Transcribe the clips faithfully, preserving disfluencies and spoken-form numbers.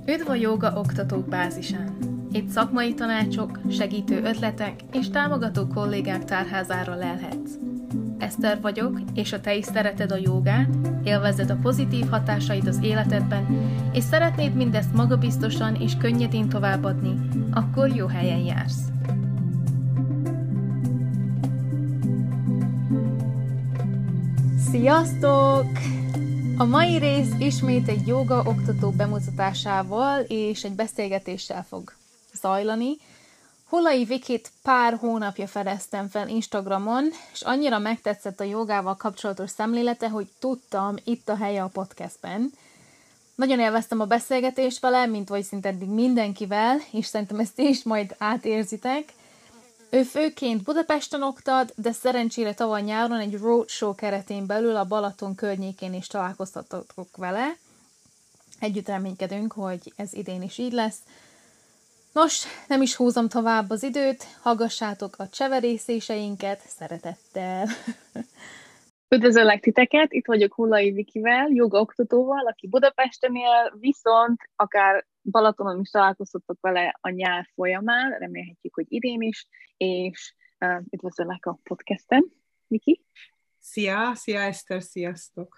Üdv a Jóga Oktatók Bázisán! Itt szakmai tanácsok, segítő ötletek és támogató kollégák tárházára lelhetsz. Eszter vagyok, és ha te is szereted a jogát, élvezed a pozitív hatásait az életedben, és szeretnéd mindezt magabiztosan és könnyedén továbbadni, akkor jó helyen jársz. Sziasztok! A mai rész ismét egy jóga oktató bemutatásával és egy beszélgetéssel fog zajlani. Hulai Vikit pár hónapja fedeztem fel Instagramon, és annyira megtetszett a jogával kapcsolatos szemlélete, hogy tudtam, itt a helye a podcastben. Nagyon élveztem a beszélgetést vele, mint vagy szinte eddig mindenkivel, és szerintem ezt is majd átérzitek. Ő főként Budapesten oktat, de szerencsére tavaly nyáron egy roadshow keretén belül a Balaton környékén is találkoztatok vele. Együtt reménykedünk, hogy ez idén is így lesz. Nos, nem is húzom tovább az időt, hallgassátok a cseverészéseinket szeretettel. Üdvözöllek titeket, itt vagyok Hulai Vikivel, jogaoktatóval, aki Budapesten él, viszont akár Balatonon is találkoztatok vele a nyár folyamán, remélhetjük, hogy idén is, és uh, üdvözöllek a podcasten. Viki? Szia, szia Eszter, sziasztok!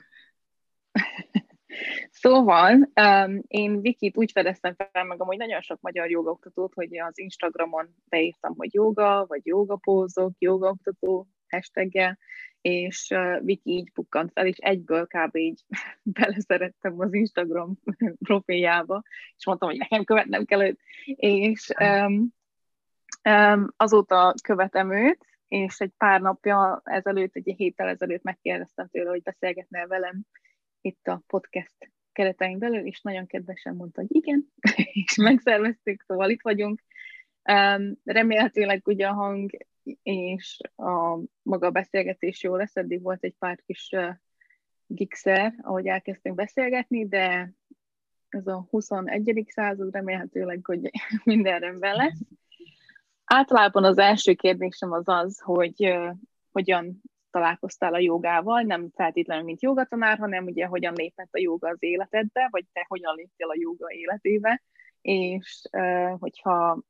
Szóval, um, én Vikit úgy fedeztem fel magam, hogy nagyon sok magyar jogaoktatót, hogy az Instagramon beírtam, hogy joga, vagy jogapózok, jogaoktató hashtaggel, és uh, Viki így bukkant fel, és egyből kb. Így beleszerettem az Instagram profiljába, és mondtam, hogy nekem követnem kell őt, és um, um, azóta követem őt, és egy pár napja ezelőtt, egy héttel ezelőtt megkérdeztem tőle, hogy beszélgetne velem itt a podcast keretein belül, és nagyon kedvesen mondta, hogy igen, és megszerveztük, szóval itt vagyunk. Um, remélhetőleg ugye a hang és a maga a beszélgetés jó lesz, eddig volt egy pár kis uh, gigszer, ahogy elkezdtünk beszélgetni, de ez a huszonegyedik század remélhetőleg, hogy minden rendben lesz. Általában az első kérdésem az az, hogy uh, hogyan találkoztál a jogával, nem feltétlenül mint jogatanár, hanem ugye hogyan lépett a joga az életedbe, vagy te hogyan léptél a joga életébe, és uh, hogyha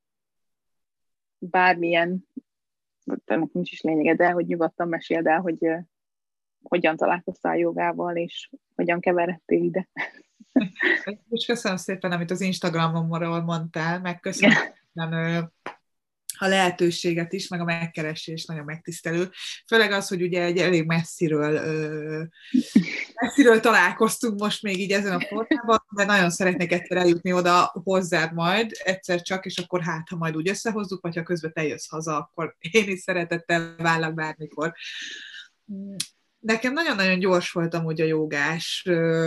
bármilyen, ennek nincs is lényege, de hogy nyugodtan meséld el, hogy uh, hogyan találkoztál a jogával, és hogyan keveredtél ide. És köszönöm szépen, amit az Instagramomról mondtál, meg köszönöm szépen a lehetőséget is, meg a megkeresés nagyon megtisztelő. Főleg az, hogy ugye egy elég messziről, ö, messziről találkoztunk most még így ezen a formában, de nagyon szeretnék egyszer eljutni oda hozzád majd, egyszer csak, és akkor hát, ha majd úgy összehozzuk, vagy ha közben te jössz haza, akkor én is szeretettel vállak bármikor. Nekem nagyon-nagyon gyors volt amúgy a jogás.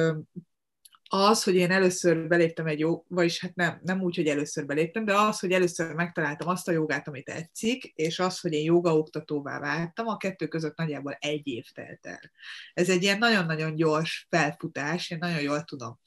Az, hogy én először beléptem egy jó, vagyis hát nem, nem úgy, hogy először beléptem, de az, hogy először megtaláltam azt a jogát, amit tetszik, és az, hogy én jogaoktatóvá váltam, a kettő között nagyjából egy év telt el. Ez egy ilyen nagyon-nagyon gyors felfutás, én nagyon jól tudom.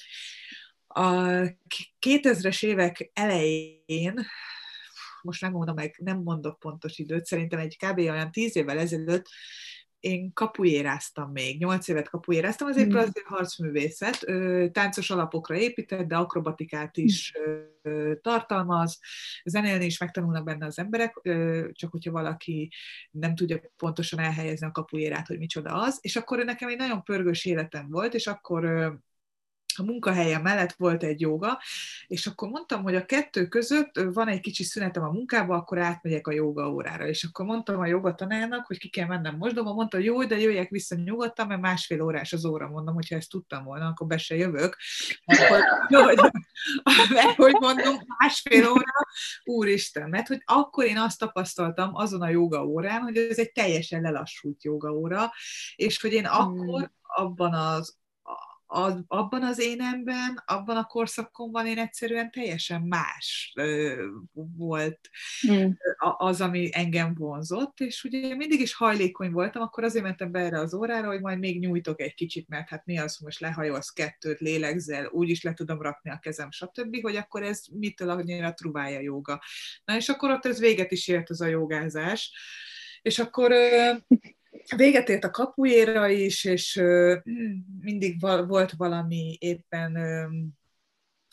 A kétezres évek elején, most nem mondom meg, nem mondok pontos időt, szerintem egy kb. Olyan tíz évvel ezelőtt én kapuéráztam még, nyolc évet kapuéráztam, azért hmm. azért harcművészet, táncos alapokra épített, de akrobatikát is tartalmaz, zenélni is megtanulnak benne az emberek, csak hogyha valaki nem tudja pontosan elhelyezni a kapuérát, hogy micsoda az, és akkor nekem egy nagyon pörgős életem volt, és akkor a munkahelyem mellett volt egy jóga, és akkor mondtam, hogy a kettő között van egy kicsi szünetem a munkába, akkor átmegyek a jóga órára. És akkor mondtam a jogatanárnak, hogy ki kell mennem mosdóba, mondta, hogy jó, de jöjjek vissza nyugodtan, mert másfél órás az óra, mondom, hogyha ezt tudtam volna, akkor be se jövök. Mert hogy, mert, hogy mondom, másfél óra, úristen, mert hogy akkor én azt tapasztaltam azon a jóga órán, hogy ez egy teljesen lelassult jóga óra, és hogy én akkor abban az Az, abban az énemben, abban a korszakomban én egyszerűen teljesen más ö, volt mm. az, ami engem vonzott, és ugye mindig is hajlékony voltam, akkor azért mentem be erre az órára, hogy majd még nyújtok egy kicsit, mert hát mi az, hogy most lehajolsz kettőt, lélegzel, úgyis le tudom rakni a kezem, stb., hogy akkor ez mitől annyira truválja jóga. Na és akkor ott ez véget is ért az a jogázás, és akkor... Ö, véget ért a kapuéra is, és uh, mindig val- volt valami éppen uh,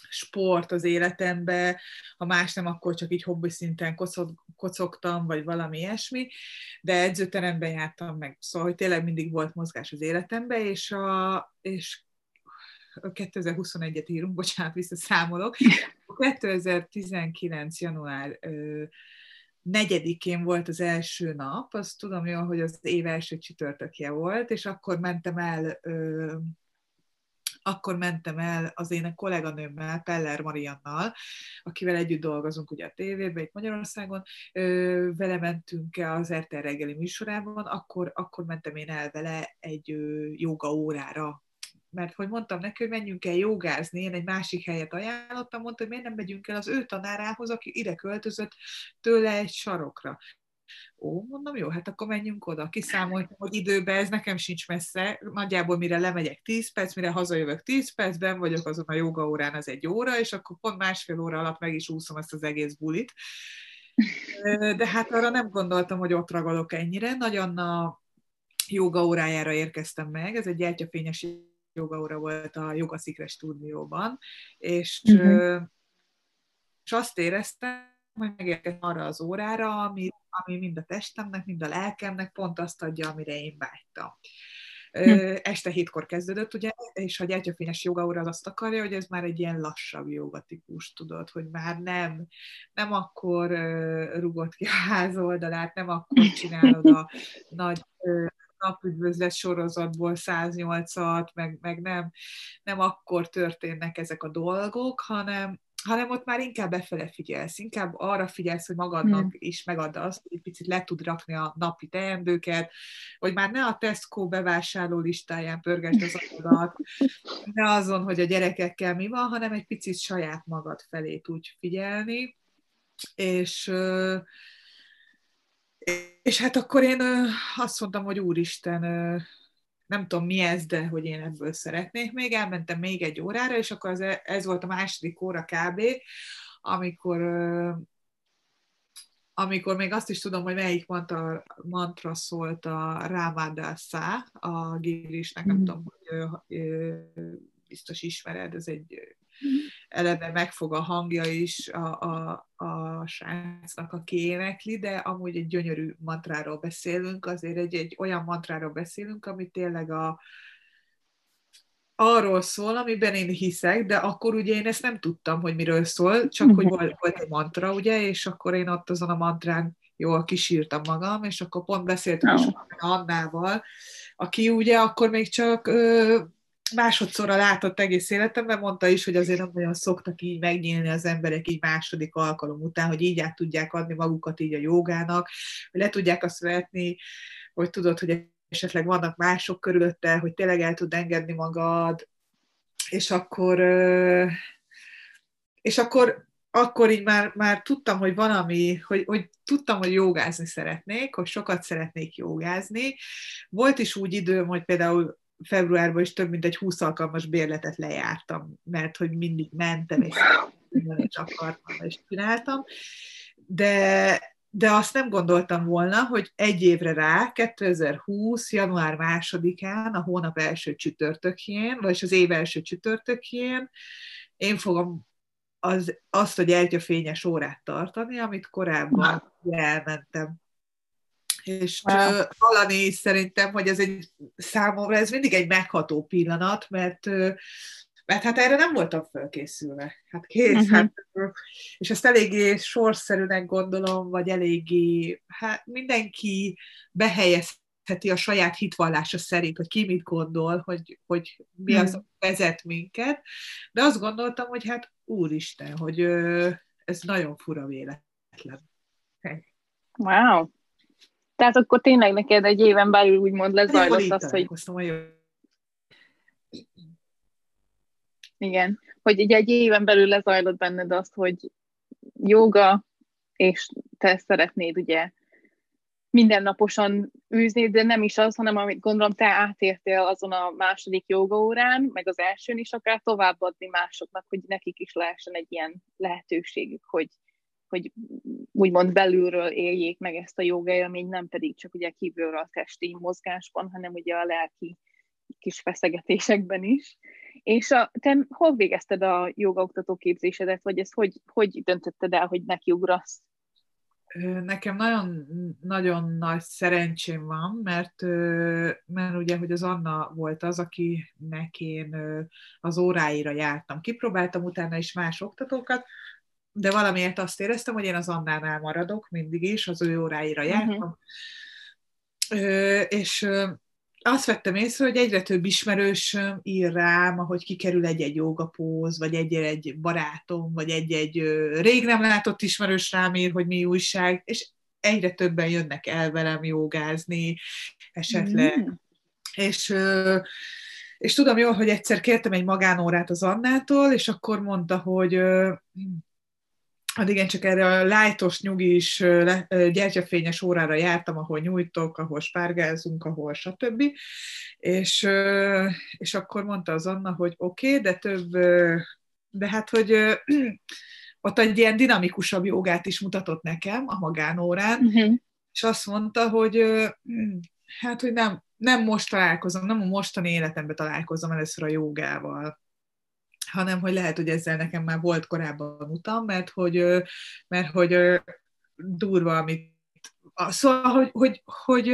sport az életembe, ha más nem, akkor csak így hobbi szinten kocog, kocogtam, vagy valami ilyesmi, de edzőteremben jártam meg, szóval hogy tényleg mindig volt mozgás az életemben, és, a, és kétezer-huszonegyet írunk, bocsánat, visszaszámolok. kétezer-tizenkilenc. január negyedikén volt az első nap, azt tudom jól, hogy az év első csütörtökje volt, és akkor mentem el ö, akkor mentem el az én kolléganőmmel, Peller Mariannal, akivel együtt dolgozunk ugye a tévében, itt Magyarországon, ö, vele mentünk az er té el reggeli műsorában, akkor, akkor mentem én el vele egy ö, jóga órára, mert hogy mondtam neki, hogy menjünk el jogázni, én egy másik helyet ajánlottam, mondta, hogy miért nem megyünk el az ő tanárához, aki ide költözött tőle egy sarokra. Ó, mondom, jó, hát akkor menjünk oda. Kiszámoltam, hogy időben ez nekem sincs messze, nagyjából mire lemegyek tíz perc, mire hazajövök tíz percben, vagyok azon a jogaórán az egy óra, és akkor pont másfél óra alatt meg is úszom ezt az egész bulit. De hát arra nem gondoltam, hogy ott ragadok ennyire. Nagy Anna jogaórájára érkeztem meg, ez egy gyertyafényes jogaóra volt a Yoga Secret stúdióban, és, uh-huh. és azt éreztem, hogy megérkeztem arra az órára, ami, ami mind a testemnek, mind a lelkemnek pont azt adja, amire én vágytam. Hm. Este hétkor kezdődött, ugye, és a gyertyafényes jogaóra az azt akarja, hogy ez már egy ilyen lassabb jogatípus, tudod, hogy már nem, nem akkor uh, rugod ki a ház oldalát, nem akkor csinálod a nagy uh, napüdvözlet sorozatból száznyolcat, meg, meg nem, nem akkor történnek ezek a dolgok, hanem hanem ott már inkább befele figyelsz, inkább arra figyelsz, hogy magadnak hmm. is megadd azt, hogy egy picit le tud rakni a napi teendőket, hogy már ne a Tesco bevásárló listáján pörgesd az adat, ne azon, hogy a gyerekekkel mi van, hanem egy picit saját magad felé tudj figyelni, és, és hát akkor én azt mondtam, hogy úristen, nem tudom mi ez, de hogy én ebből szeretnék még, elmentem még egy órára, és akkor az, ez volt a második óra kb., amikor, amikor még azt is tudom, hogy melyik mantra, mantra szólt a Rámádásá, a Girisnek, nem mm. tudom, hogy biztos ismered, ez egy eleve megfog a hangja is a, a, a srácnak, aki énekli, de amúgy egy gyönyörű mantráról beszélünk, azért egy, egy olyan mantráról beszélünk, ami tényleg a, arról szól, amiben én hiszek, de akkor ugye én ezt nem tudtam, hogy miről szól, csak hogy volt, volt egy mantra, ugye, és akkor én ott azon a mantrán jól kisírtam magam, és akkor pont beszéltünk oh. is Annával, aki ugye akkor még csak ö, másodszorra látott egész életemben, mondta is, hogy azért nem nagyon szoktak így megnyílni az emberek így második alkalom után, hogy így át tudják adni magukat így a jogának, hogy le tudják azt vetni, hogy tudod, hogy esetleg vannak mások körülötte, hogy tényleg el tud engedni magad, és akkor és akkor, akkor így már, már tudtam, hogy valami, hogy, hogy tudtam, hogy jogázni szeretnék, hogy sokat szeretnék jogázni. Volt is úgy időm, hogy például februárban is több mint egy húsz alkalmas bérletet lejártam, mert hogy mindig mentem, és és akartam, és csináltam. De, de azt nem gondoltam volna, hogy egy évre rá, kétezer-húsz. január másodikán, a hónap első csütörtökjén, vagyis az év első csütörtökjén én fogom az, azt a gyertyafényes órát tartani, amit korábban elmentem. És wow. hallani is szerintem, hogy ez egy számomra, ez mindig egy megható pillanat, mert, mert hát erre nem voltam felkészülve. Hát kész, uh-huh. hát, és ezt eléggé sorszerűnek gondolom, vagy eléggé, hát mindenki behelyezheti a saját hitvallása szerint, hogy ki mit gondol, hogy, hogy mi az, hmm. vezet minket, de azt gondoltam, hogy hát úristen, hogy ez nagyon fura véletlen. Wow! Tehát akkor tényleg neked egy éven belül úgymond lezajlott az, hogy... Igen, hogy egy, egy éven belül lezajlott benned azt, hogy jóga, és te szeretnéd ugye mindennaposan űzni, de nem is az, hanem amit gondolom te átértél azon a második jógaórán, meg az elsőn is akár továbbadni másoknak, hogy nekik is lehessen egy ilyen lehetőségük, hogy hogy úgymond belülről éljék meg ezt a jóga élményt, nem pedig csak ugye kívülről a testi mozgásban, hanem ugye a lelki kis feszegetésekben is. És a, te hol végezted a jogaoktató képzésedet, vagy ezt hogy, hogy döntötted el, hogy nekiugrasz? Nekem nagyon, nagyon nagy szerencsém van, mert, mert ugye, hogy az Anna volt az, akinek én az óráira jártam. Kipróbáltam utána is más oktatókat, de valamiért azt éreztem, hogy én az Annánál maradok mindig is, az ő óráira jártam. Uh-huh. És azt vettem észre, hogy egyre több ismerősöm ír rám, ahogy kikerül egy-egy jogapóz, vagy egy-egy barátom, vagy egy-egy rég nem látott ismerős rám ír, hogy mi újság, és egyre többen jönnek el velem jogázni, esetleg. Mm. És, és tudom jól, hogy egyszer kértem egy magánórát az Annától, és akkor mondta, hogy hát igen, csak erre a lájtos, nyugis, gyertyafényes órára jártam, ahol nyújtok, ahol spárgázunk, ahol stb. És, és akkor mondta az Anna, hogy oké, okay, de több, de hát, hogy ott egy ilyen dinamikusabb jogát is mutatott nekem a magánórán, uh-huh. és azt mondta, hogy hát, hogy nem, nem most találkozom, nem a mostani életemben találkozom először a jogával, hanem hogy lehet, hogy ezzel nekem már volt korábban utam, mert hogy, mert hogy durva, amit... Szóval, hogy, hogy, hogy,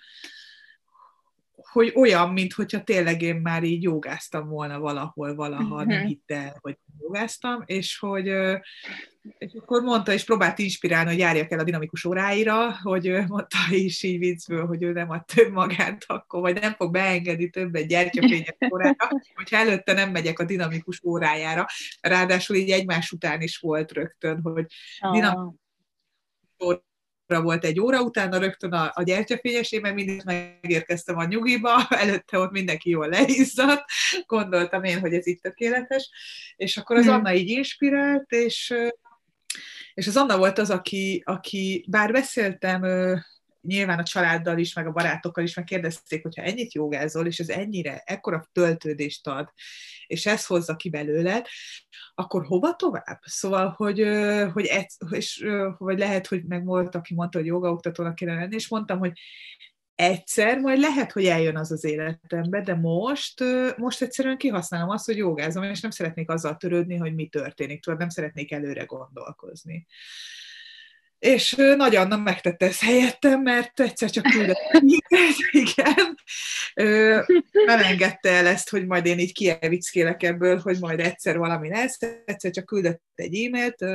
hogy olyan, mintha tényleg én már így jogáztam volna valahol, valaha, uh-huh. nem hitt el, hogy jogáztam, és hogy és akkor mondta, és próbált inspirálni, hogy járjak el a dinamikus óráira, hogy mondta is így viccből, hogy ő nem ad több magát akkor, vagy nem fog beengedni többet gyertyafényes órára, hogyha előtte nem megyek a dinamikus órájára. Ráadásul így egymás után is volt rögtön, hogy dinamikus óra volt egy óra, utána rögtön a, a gyertyafényesé, mert mindig megérkeztem a nyugiba, előtte ott mindenki jól leizzadt, gondoltam én, hogy ez így tökéletes, és akkor az Anna így inspirált, és És az Anna volt az, aki, aki bár beszéltem nyilván a családdal is, meg a barátokkal is, meg kérdezték, hogyha ennyit jogázol, és ez ennyire, ekkora töltődést ad, és ez hozza ki belőled, akkor hova tovább? Szóval, hogy, hogy ez, és, vagy lehet, hogy meg volt, aki mondta, hogy jogaoktatónak kéne lenni, és mondtam, hogy egyszer majd lehet, hogy eljön az az életembe, de most, most egyszerűen kihasználom azt, hogy jogázom, és nem szeretnék azzal törődni, hogy mi történik, tudod, nem szeretnék előre gondolkozni. És Nagy Anna megtette ezt helyettem, mert egyszer csak küldött, igen, elengedte el ezt, hogy majd én így kievickélek ebből, hogy majd egyszer valami lesz, egyszer csak küldött egy e-mailt,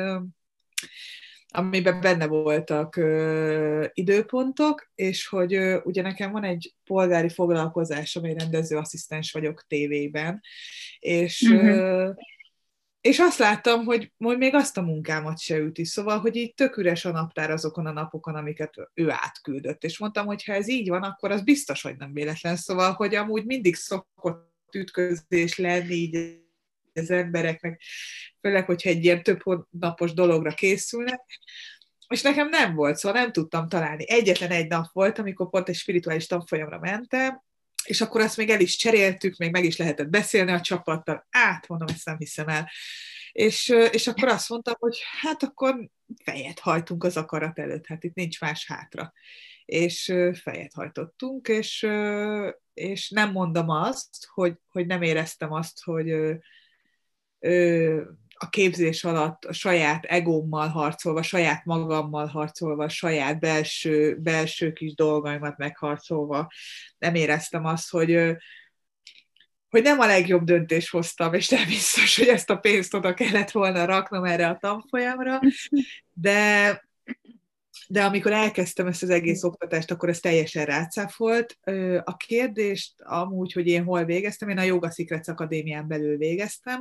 amiben benne voltak ö, időpontok, és hogy ö, ugye nekem van egy polgári foglalkozásom, egy rendezőasszisztens vagyok tévében, és, uh-huh. ö, és azt láttam, hogy, hogy még azt a munkámat se üti, szóval, hogy így tök üres a naptár azokon a napokon, amiket ő átküldött, és mondtam, hogy ha ez így van, akkor az biztos, hogy nem véletlen, szóval, hogy amúgy mindig szokott ütközés lenni így az embereknek, főleg, hogyha egy ilyen több napos dologra készülnek, és nekem nem volt, szóval nem tudtam találni. Egyetlen egy nap volt, amikor pont egy spirituális tanfolyamra mentem, és akkor azt még el is cseréltük, még meg is lehetett beszélni a csapattal, át, mondom, ezt nem hiszem el. És, és akkor azt mondtam, hogy hát akkor fejet hajtunk az akarat előtt, hát itt nincs más hátra. És fejet hajtottunk, és, és nem mondom azt, hogy, hogy nem éreztem azt, hogy a képzés alatt a saját egómmal harcolva, saját magammal harcolva, saját belső, belső kis dolgaimat megharcolva nem éreztem azt, hogy, hogy nem a legjobb döntést hoztam, és nem biztos, hogy ezt a pénzt oda kellett volna raknom erre a tanfolyamra, de de amikor elkezdtem ezt az egész oktatást, akkor ez teljesen rácáfolt. A kérdést amúgy, hogy én hol végeztem, én a Yoga Secrets Akadémián belül végeztem.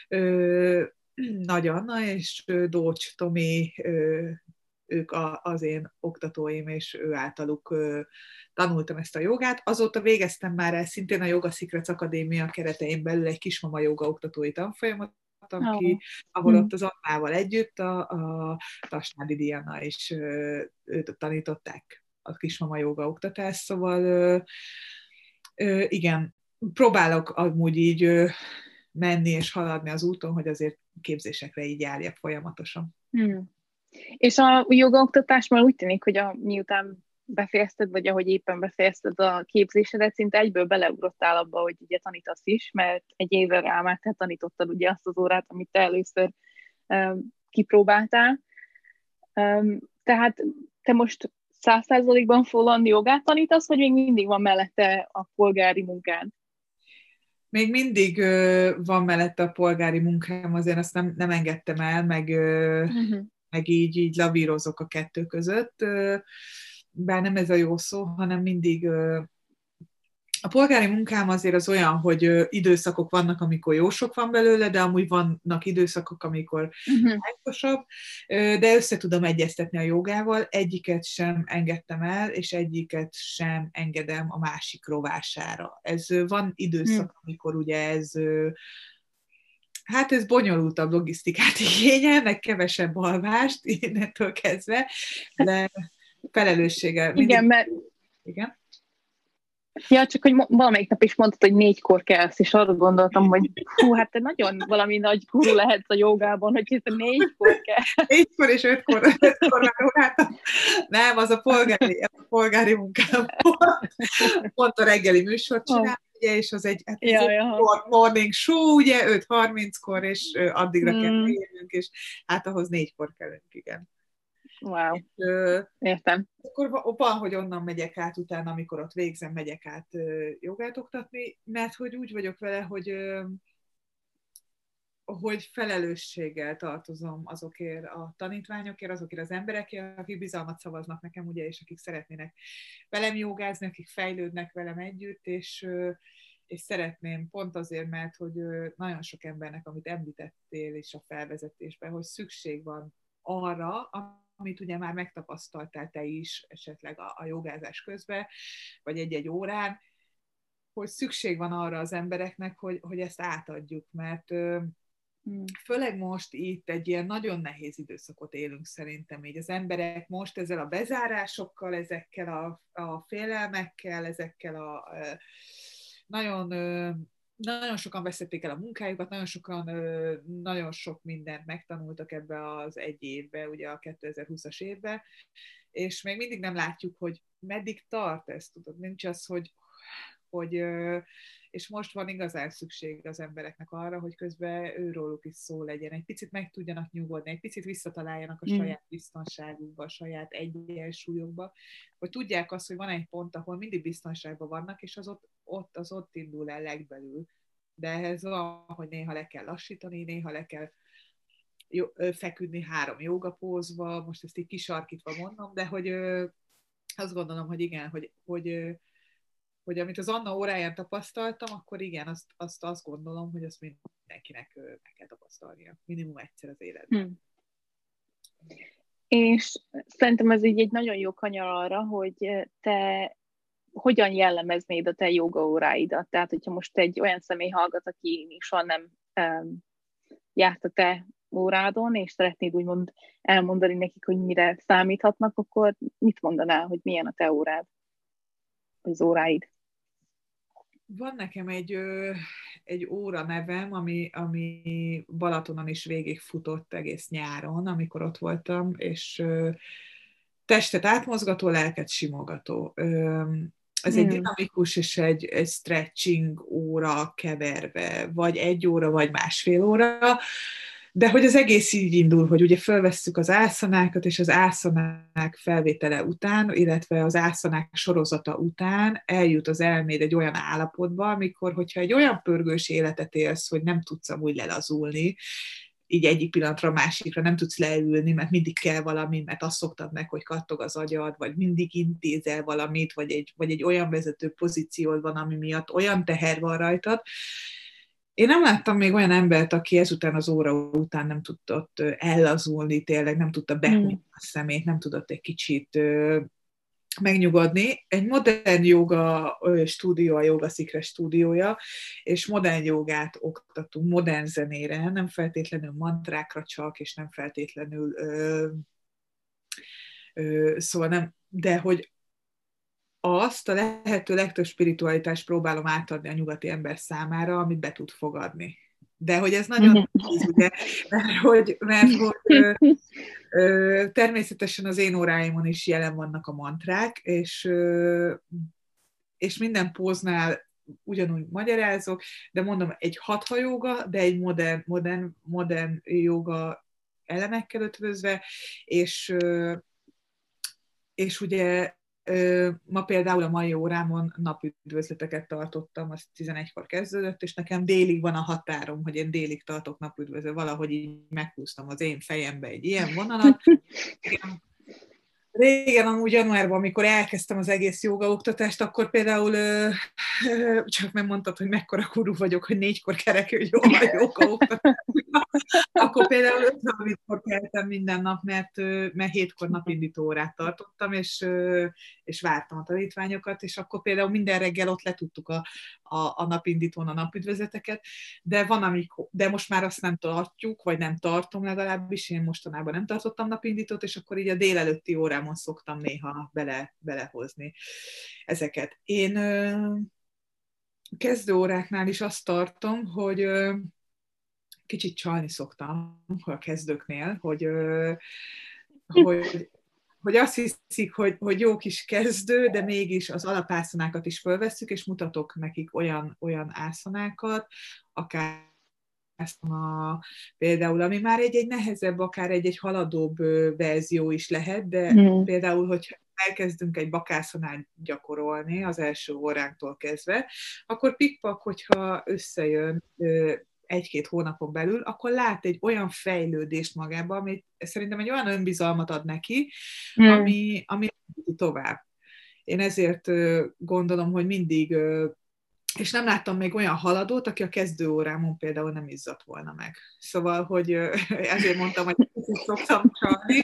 Nagy Anna és Dócs Tomi, ők az én oktatóim, és ő általuk tanultam ezt a jogát. Azóta végeztem már el szintén a Yoga Secrets Akadémia keretein belül egy kismama joga oktatói tanfolyamot, ki, oh. ahol ott az Annával együtt a, a Tasnádi Diana is őt tanították a kismama joga oktatást, szóval ö, ö, igen, próbálok amúgy így ö, menni és haladni az úton, hogy azért képzésekre így járjak folyamatosan. Hmm. És a jogaoktatás már úgy tűnik, hogy a, miután befejezted, vagy ahogy éppen befejezted a képzésedet, szinte egyből beleugrottál abba, hogy ugye tanítasz is, mert egy évre rá már te tanítottad ugye azt az órát, amit te először um, kipróbáltál. Um, tehát te most száz százalékban full-on jogát tanítasz, vagy még mindig van mellette a polgári munkád? Még mindig ö, van mellette a polgári munkám, azért azt nem, nem engedtem el, meg, ö, uh-huh. meg így, így lavírozok a kettő között. Ö, bár nem ez a jó szó, hanem mindig... Ö, a polgári munkám azért az olyan, hogy ö, időszakok vannak, amikor jó sok van belőle, de amúgy vannak időszakok, amikor lájtosabb, uh-huh. de össze tudom egyeztetni a jogával, egyiket sem engedtem el, és egyiket sem engedem a másik rovására. Ez ö, van időszak, uh-huh. amikor ugye ez... Ö, hát ez bonyolultabb logisztikát igényel, meg kevesebb alvást innentől kezdve, de felelősséggel. Mindig... Igen, mert... Igen? Ja, csak hogy valamelyik nap is mondtad, hogy négykor kelsz, és arra gondoltam, hogy hú, hát te nagyon valami nagy guru lehetsz a jogában, hogy te négykor kell. Négykor és ötkor, ötkor már óráltam. Nem, az a polgári, a polgári munkám volt. Pont a reggeli műsort csinálom, ugye, és az egy, hát ja, egy ja. morning show, ugye, öt harminckor, és addigra hmm. kell érnünk, és hát ahhoz négykor kellünk, igen. Wow, és, ö, értem. Akkor van, hogy onnan megyek át utána, amikor ott végzem, megyek át ö, jogát oktatni, mert hogy úgy vagyok vele, hogy, ö, hogy felelősséggel tartozom azokért a tanítványokért, azokért az emberekért, akik bizalmat szavaznak nekem, ugye, és akik szeretnének velem jogázni, akik fejlődnek velem együtt, és, ö, és szeretném pont azért, mert hogy ö, nagyon sok embernek, amit említettél is a felvezetésben, hogy szükség van arra, amit ugye már megtapasztaltál te is esetleg a, a jogázás közben, vagy egy-egy órán, hogy szükség van arra az embereknek, hogy, hogy ezt átadjuk, mert hmm. főleg most itt egy ilyen nagyon nehéz időszakot élünk szerintem így. Az emberek most ezzel a bezárásokkal, ezekkel a, a félelmekkel, ezekkel a, a nagyon... Nagyon sokan veszették el a munkájukat, nagyon sokan, nagyon sok mindent megtanultak ebbe az egy évbe, ugye a kétezer-húszas évbe, és még mindig nem látjuk, hogy meddig tart ez, tudod, nincs az, hogy, hogy és most van igazán szükség az embereknek arra, hogy közben őróluk is szó legyen, egy picit meg tudjanak nyugodni, egy picit visszataláljanak a saját biztonságukba, a saját egyensúlyokba, hogy tudják azt, hogy van egy pont, ahol mindig biztonságban vannak, és az ott, ott, az ott indul el legbelül. De ehhez van, hogy néha le kell lassítani, néha le kell feküdni három jogapózba, most ezt így kisarkítva mondom, de hogy azt gondolom, hogy igen, hogy, hogy hogy amit az Anna óráján tapasztaltam, akkor igen, azt, azt, azt gondolom, hogy azt mindenkinek meg kell tapasztalnia. Minimum egyszer az életben. Hmm. És szerintem ez így egy nagyon jó kanyar arra, hogy te hogyan jellemeznéd a te jogaóráidat. Tehát, hogyha most egy olyan személy hallgat, aki soha nem um, járt a te órádon, és szeretnéd úgymond elmondani nekik, hogy mire számíthatnak, akkor mit mondanál, hogy milyen a te órád? Az óráid? Van nekem egy, ö, egy óra nevem, ami, ami Balatonon is végigfutott egész nyáron, amikor ott voltam, és ö, testet átmozgató, lelket simogató. Ö, ez hmm. egy dinamikus és egy, egy stretching óra keverve, vagy egy óra, vagy másfél óra, de hogy az egész így indul, hogy ugye felvesszük az ászanákat, és az ászanák felvétele után, illetve az ászanák sorozata után eljut az elméd egy olyan állapotba, amikor, hogyha egy olyan pörgős életet élsz, hogy nem tudsz amúgy lelazulni, így egyik pillanatra a másikra nem tudsz leülni, mert mindig kell valami, mert azt szoktad meg, hogy kattog az agyad, vagy mindig intézel valamit, vagy egy, vagy egy olyan vezető pozíciód van, ami miatt olyan teher van rajtad. Én nem láttam még olyan embert, aki ezután az óra után nem tudott ellazulni, tényleg nem tudta behúzni hmm. a szemét, nem tudott egy kicsit megnyugodni. Egy modern joga stúdió, a Yoga Secret stúdiója, és modern jogát oktatunk, modern zenére, nem feltétlenül mantrákra csak, és nem feltétlenül ö, ö, szóval nem, de hogy azt a lehető legtöbb spiritualitást próbálom átadni a nyugati ember számára, amit be tud fogadni. De hogy ez nagyon nehéz, ugye, mert hogy, mert, hogy ö, ö, természetesen az én óráimon is jelen vannak a mantrák, és, ö, és minden póznál ugyanúgy magyarázok, de mondom, egy hatha jóga, de egy modern, modern, modern jóga elemekkel ötvözve, és, ö, és ugye ma például a mai órámon napüdvözleteket tartottam, az tizenegykor kezdődött, és nekem délig van a határom, hogy én délig tartok napüdvözlet, valahogy így meghúztam az én fejembe egy ilyen vonalat. Régen, amúgy januárban, amikor elkezdtem az egész jogaoktatást, akkor például ö, ö, csak megmondtad, hogy mekkora kurú vagyok, hogy négykor kerekül jó a jogaoktatás. Akkor például öt-harminckor keltem minden nap, mert, mert hétkor napindító órát tartottam, és, és vártam a tanítványokat, és akkor például minden reggel ott letudtuk a, a, a napindítón a napüdvözeteket, de van, amikor, de most már azt nem tartjuk, vagy nem tartom legalábbis, én mostanában nem tartottam napindítót, és akkor így a délelőtti órámon szoktam néha bele, belehozni ezeket. Én kezdőóráknál is azt tartom, hogy kicsit csalni szoktam a kezdőknél, hogy, hogy, hogy azt hiszik, hogy, hogy jó kis kezdő, de mégis az alapászonákat is fölvesszük, és mutatok nekik olyan, olyan ászonákat, akár a, például, ami már egy-egy nehezebb, akár egy-egy haladóbb verzió is lehet, de mm. például, hogy elkezdünk egy bakászonát gyakorolni az első óránktól kezdve, akkor pikpak, hogyha összejön egy-két hónapon belül, akkor lát egy olyan fejlődést magába, amit szerintem egy olyan önbizalmat ad neki, mm. ami, ami tovább. Én ezért gondolom, hogy mindig, és nem láttam még olyan haladót, aki a kezdőórámon például nem izzadt volna meg. Szóval, hogy ezért mondtam, hogy szoktam csalni.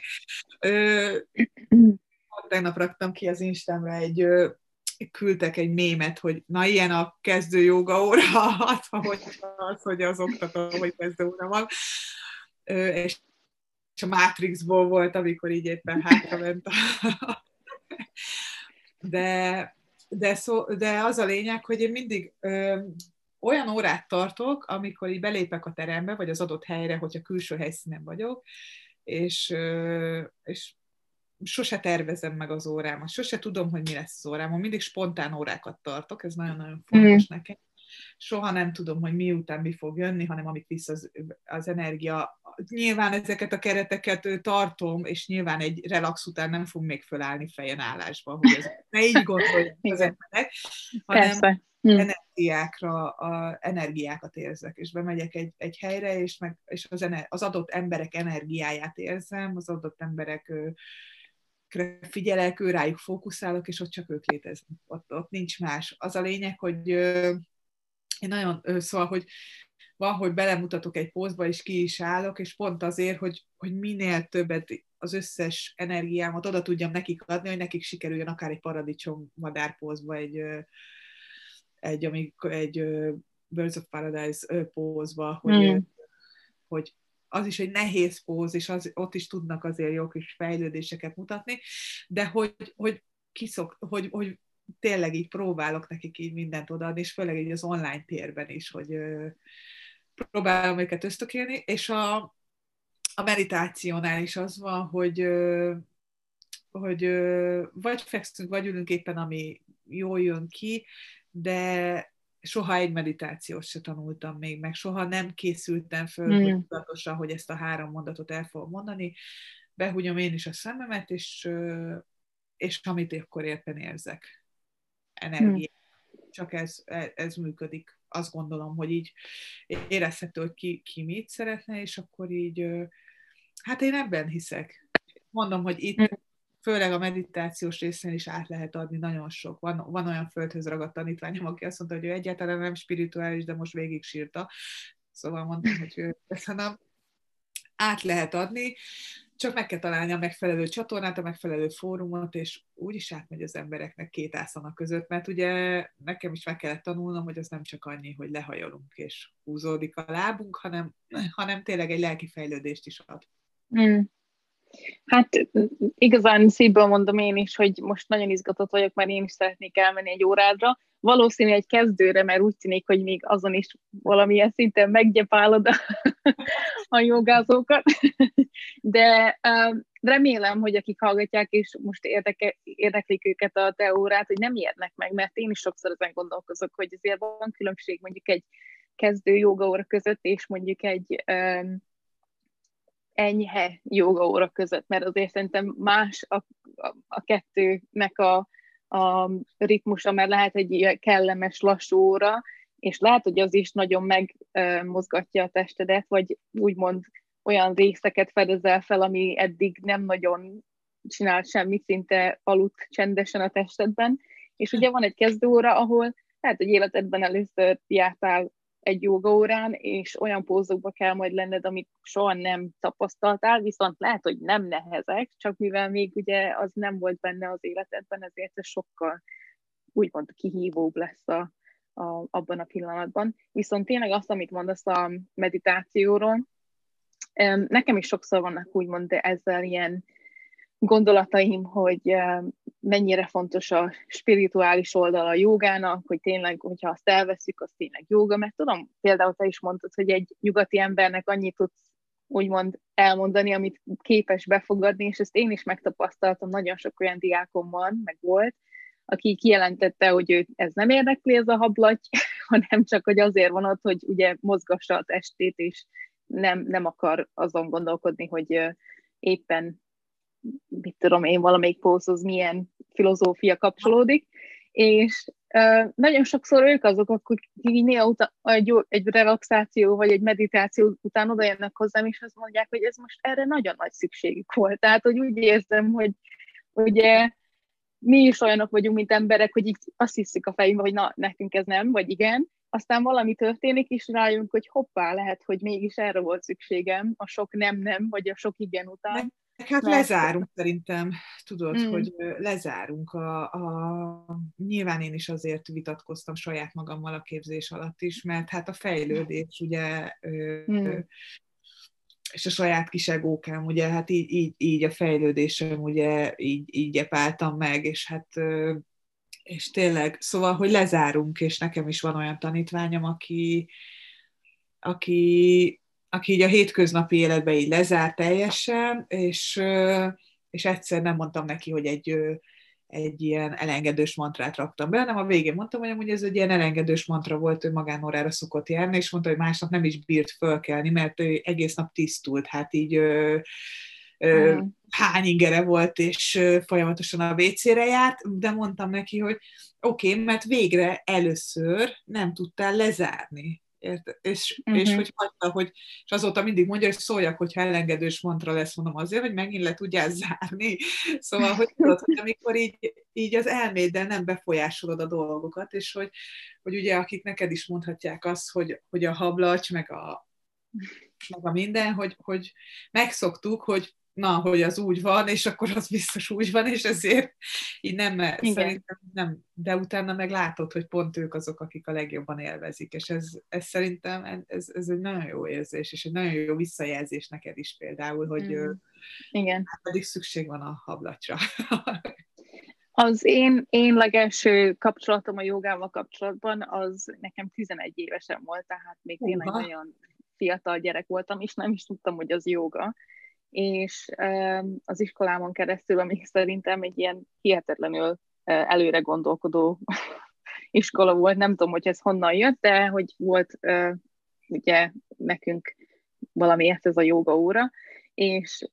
Tegnap raktam ki az Instámra egy, küldtek egy mémet, hogy na ilyen a kezdő jóga óra, hogy az, hogy az oktató, hogy kezdő óra van. És a Matrixból volt, amikor így éppen hátra ment. De, de, szó, de az a lényeg, hogy én mindig ö, olyan órát tartok, amikor így belépek a terembe, vagy az adott helyre, hogyha külső helyszínen vagyok, és, ö, és sose tervezem meg az órámat, sose tudom, hogy mi lesz az órámon, mindig spontán órákat tartok, ez nagyon-nagyon fontos mm. nekem. Soha nem tudom, hogy miután mi fog jönni, hanem amit visz az, az energia. Nyilván ezeket a kereteket tartom, és nyilván egy relax után nem fog még fölállni fejen állásba, hogy ez ne így gondolják az emberek, hanem Persze. energiákra, a, energiákat érzek, és bemegyek egy, egy helyre, és, meg, és az, ener, az adott emberek energiáját érzem, az adott emberek figyelek, ő rájuk fókuszálok, és ott csak ők léteznek. Ott, ott nincs más. Az a lényeg, hogy én nagyon, szóval, hogy van, hogy belemutatok egy pózba, és ki is állok, és pont azért, hogy, hogy minél többet az összes energiámat oda tudjam nekik adni, hogy nekik sikerüljön akár egy paradicsom madárpózba, egy, egy, amikor, egy Birds of Paradise pózba, hogy, mm. hogy az is egy nehéz póz, és az, ott is tudnak azért jó kis fejlődéseket mutatni, de hogy, hogy, kiszok, hogy, hogy tényleg így próbálok nekik így mindent odaadni, és főleg így az online térben is, hogy ö, próbálom őket ösztökélni, és a, a meditációnál is az van, hogy, ö, hogy ö, vagy fekszünk, vagy ülünk éppen, ami jól jön ki, de soha egy meditációt se tanultam még, meg soha nem készültem föl, mm. hogy tudatosan, hogy ezt a három mondatot el fogom mondani, behúgyom én is a szememet, és, és amit akkor éppen érzek. Energia. Mm. Csak ez, ez működik. Azt gondolom, hogy így érezhető, hogy ki, ki mit szeretne, és akkor így, hát én ebben hiszek. Mondom, hogy itt mm. főleg a meditációs részén is át lehet adni nagyon sok. Van, van olyan földhöz ragadt tanítványom, aki azt mondta, hogy ő egyáltalán nem spirituális, de most végig sírta. Szóval mondtam, hogy köszönöm. Át lehet adni, csak meg kell találni a megfelelő csatornát, a megfelelő fórumot, és úgy is átmegy az embereknek két ászana között, mert ugye nekem is meg kellett tanulnom, hogy az nem csak annyi, hogy lehajolunk és húzódik a lábunk, hanem, hanem tényleg egy lelki fejlődést is ad. Mm. Hát igazán szívből mondom én is, hogy most nagyon izgatott vagyok, mert én is szeretnék elmenni egy órádra. Valószínű egy kezdőre, mert úgy tűnik, hogy még azon is valamilyen szinten meggyepálod a, a jogázókat. De um, remélem, hogy akik hallgatják, és most érdeke, érdeklik őket a te órát, hogy nem ijednek meg, mert én is sokszor ezen gondolkozok, hogy azért van különbség mondjuk egy kezdő jogaóra között, és mondjuk egy um, enyhe jogaóra között, mert azért szerintem más a, a, a kettőnek a, a ritmusa, mert lehet egy ilyen kellemes, lassú óra, és lehet, hogy az is nagyon megmozgatja a testedet, vagy úgymond olyan részeket fedezel fel, ami eddig nem nagyon csinált semmit, szinte aludt csendesen a testedben. És ugye van egy kezdőóra, ahol lehet, hogy életedben először jártál egy jogaórán, és olyan pózokba kell majd lenned, amit soha nem tapasztaltál, viszont lehet, hogy nem nehezek, csak mivel még ugye az nem volt benne az életedben, ezért ez sokkal úgymond kihívóbb lesz a, a, abban a pillanatban. Viszont tényleg azt, amit mondasz a meditációról, nekem is sokszor vannak úgymond ezzel ilyen gondolataim, hogy mennyire fontos a spirituális oldala a jogának, hogy tényleg, hogyha azt elveszük, az tényleg jóga, mert tudom, például te is mondtad, hogy egy nyugati embernek annyit tudsz úgymond elmondani, amit képes befogadni, és ezt én is megtapasztaltam, nagyon sok olyan diákom van, meg volt, aki kijelentette, hogy ő, ez nem érdekli ez a hablaty, hanem csak, hogy azért van ott, hogy ugye mozgassa a testét, és nem, nem akar azon gondolkodni, hogy éppen mit tudom én, valamelyik pózhoz milyen filozófia kapcsolódik, és uh, nagyon sokszor ők azok, akik néha uta, egy, egy relaxáció vagy egy meditáció után odajönnek hozzám, és azt mondják, hogy ez most erre nagyon nagy szükségük volt. Tehát, hogy úgy érzem, hogy ugye mi is olyanok vagyunk, mint emberek, hogy így azt hiszük a fejünkbe, hogy na, nekünk ez nem, vagy igen, aztán valami történik, és rájönk, hogy hoppá, lehet, hogy mégis erre volt szükségem, a sok nem-nem, vagy a sok igen után. Hát mert... lezárunk szerintem, tudod, mm. hogy lezárunk. A, a... Nyilván én is azért vitatkoztam saját magammal a képzés alatt is, mert hát a fejlődés, ugye, mm. és a saját kis egókám, ugye, hát így, így, így a fejlődésem, ugye, így, így gyepáltam meg, és hát és tényleg, szóval, hogy lezárunk, és nekem is van olyan tanítványom, aki, aki, aki így a hétköznapi életben így lezár teljesen, és, és egyszer nem mondtam neki, hogy egy, egy ilyen elengedős mantrát raktam be, hanem a végén mondtam, hogy amúgy ez egy ilyen elengedős mantra volt, ő magánórára szokott járni, és mondta, hogy másnap nem is bírt fölkelni, mert ő egész nap tisztult, hát így mm. hány ingere volt, és folyamatosan a vécére járt, de mondtam neki, hogy oké, okay, mert végre először nem tudtál lezárni. Ért? És, uh-huh. és hogy hagyta, hogy, és azóta mindig mondja, hogy szóljak, hogyha elengedős mantra lesz, mondom azért, hogy megint le tudjál zárni. Szóval, hogy tudod, hogy amikor így, így az elméddel nem befolyásolod a dolgokat, és hogy, hogy ugye akik neked is mondhatják azt, hogy, hogy a hablacs, meg a, meg a minden, hogy, hogy megszoktuk, hogy na, hogy az úgy van, és akkor az biztos úgy van, és ezért így nem, szerintem nem, de utána meg látod, hogy pont ők azok, akik a legjobban élvezik, és ez, ez szerintem ez, ez egy nagyon jó érzés, és egy nagyon jó visszajelzés neked is például, hogy mm. Igen. Hát pedig szükség van a hablacsra. Az én, én legelső kapcsolatom a jogával kapcsolatban, az nekem tizenegy évesen volt, tehát még tényleg uh-huh. nagyon fiatal gyerek voltam, és nem is tudtam, hogy az joga. És az iskolámon keresztül, ami szerintem egy ilyen hihetetlenül előre gondolkodó iskola volt, nem tudom, hogy ez honnan jött, de hogy volt ugye nekünk valamiért ez a jóga óra, és,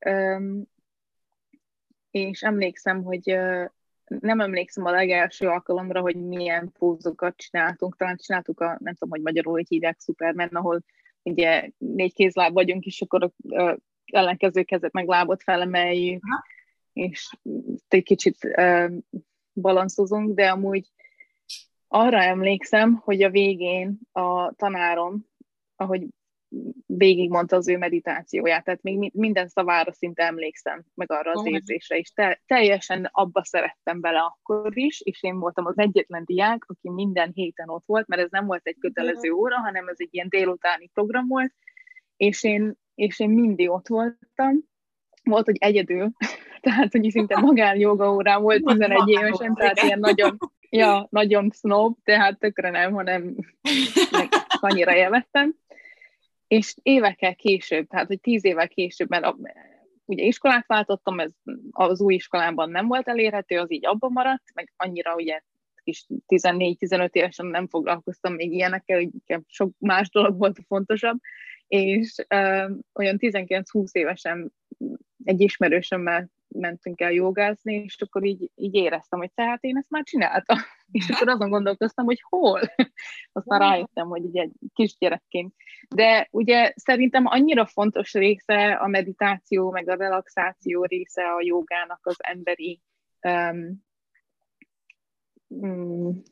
és emlékszem, hogy nem emlékszem a legelső alkalomra, hogy milyen pózokat csináltunk, talán csináltuk a, nem tudom, hogy magyarul hogy hívják, Superman, ahol ugye négy kézláb vagyunk, és akkor a ellenkező kezet meg lábot felemeljük, aha. és egy kicsit uh, balanszozunk, de amúgy arra emlékszem, hogy a végén a tanárom, ahogy végigmondta az ő meditációját, tehát még minden szavára szinte emlékszem, meg arra az érzésre is. Te, teljesen abba szerettem bele akkor is, és én voltam az egyetlen diák, aki minden héten ott volt, mert ez nem volt egy kötelező óra, hanem ez egy ilyen délutáni program volt, és én és én mindig ott voltam, volt, hogy egyedül, tehát, hogy szinte magán joga órán volt tizenegy évesen, tehát ilyen nagyon, ja, nagyon snob, tehát tökre nem, hanem meg annyira élveztem. És évekkel később, tehát, hogy tíz évvel később, mert a, ugye iskolát váltottam, ez az új iskolában nem volt elérhető, az így abban maradt, meg annyira ugye kis tizennégy-tizenöt évesen nem foglalkoztam még ilyenekkel, hogy sok más dolog volt a fontosabb, és ö, olyan tizenkilenc-húsz évesen egy ismerősömmel mentünk el jogázni, és akkor így, így éreztem, hogy tehát én ezt már csináltam. És akkor azon gondolkoztam, hogy hol. Aztán rájöttem, hogy ugye egy kisgyerekként. De ugye szerintem annyira fontos része a meditáció, meg a relaxáció része a jogának az emberi um, um,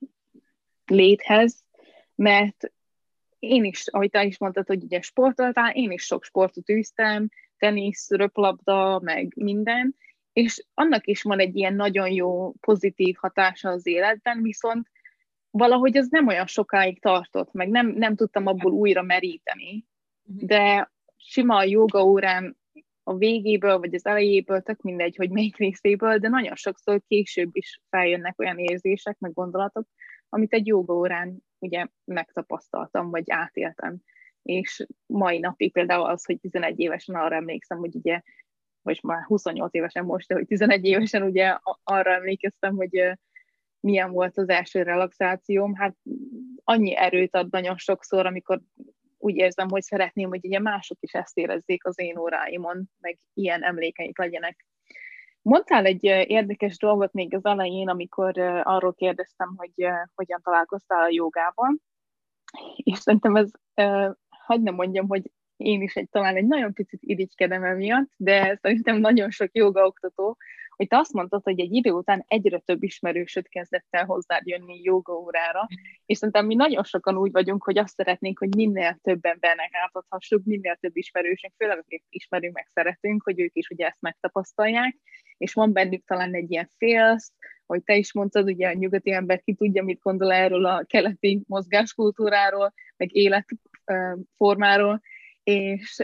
léthez, mert én is, ahogy te is mondtad, hogy ugye sportoltál, én is sok sportot űztem, tenisz, röplabda, meg minden, és annak is van egy ilyen nagyon jó, pozitív hatása az életben, viszont valahogy ez nem olyan sokáig tartott, meg nem, nem tudtam abból újra meríteni, de sima a joga órán a végéből, vagy az elejéből, tök mindegy, hogy melyik részéből, de nagyon sokszor később is feljönnek olyan érzések, meg gondolatok, amit egy joga órán ugye megtapasztaltam, vagy átéltem. És mai napig például az, hogy tizenegy évesen arra emlékszem, hogy ugye, vagy már huszonnyolc évesen most, de hogy tizenegy évesen ugye arra emlékeztem, hogy milyen volt az első relaxációm. Hát annyi erőt ad nagyon sokszor, amikor úgy érzem, hogy szeretném, hogy ugye mások is ezt érezzék az én óráimon, meg ilyen emlékeik legyenek. Mondtál egy érdekes dolgot még az elején, amikor arról kérdeztem, hogy hogyan találkoztál a jogával, és szerintem ez, hagyd ne mondjam, hogy én is egy, talán egy nagyon picit irigykedem emiatt, de szerintem nagyon sok jogaoktató, hogy te azt mondtad, hogy egy idő után egyre több ismerősöd kezdett el hozzád jönni jogaórára, és szerintem mi nagyon sokan úgy vagyunk, hogy azt szeretnénk, hogy minél több embernek átadhassuk, minél több ismerősünk, főleg akik ismerünk, meg szeretünk, hogy ők is ugye ezt megtapasztalják, és van bennük talán egy ilyen félsz, hogy te is mondtad, ugye a nyugati ember ki tudja, mit gondol erről a keleti mozgáskultúráról, meg életformáról, és,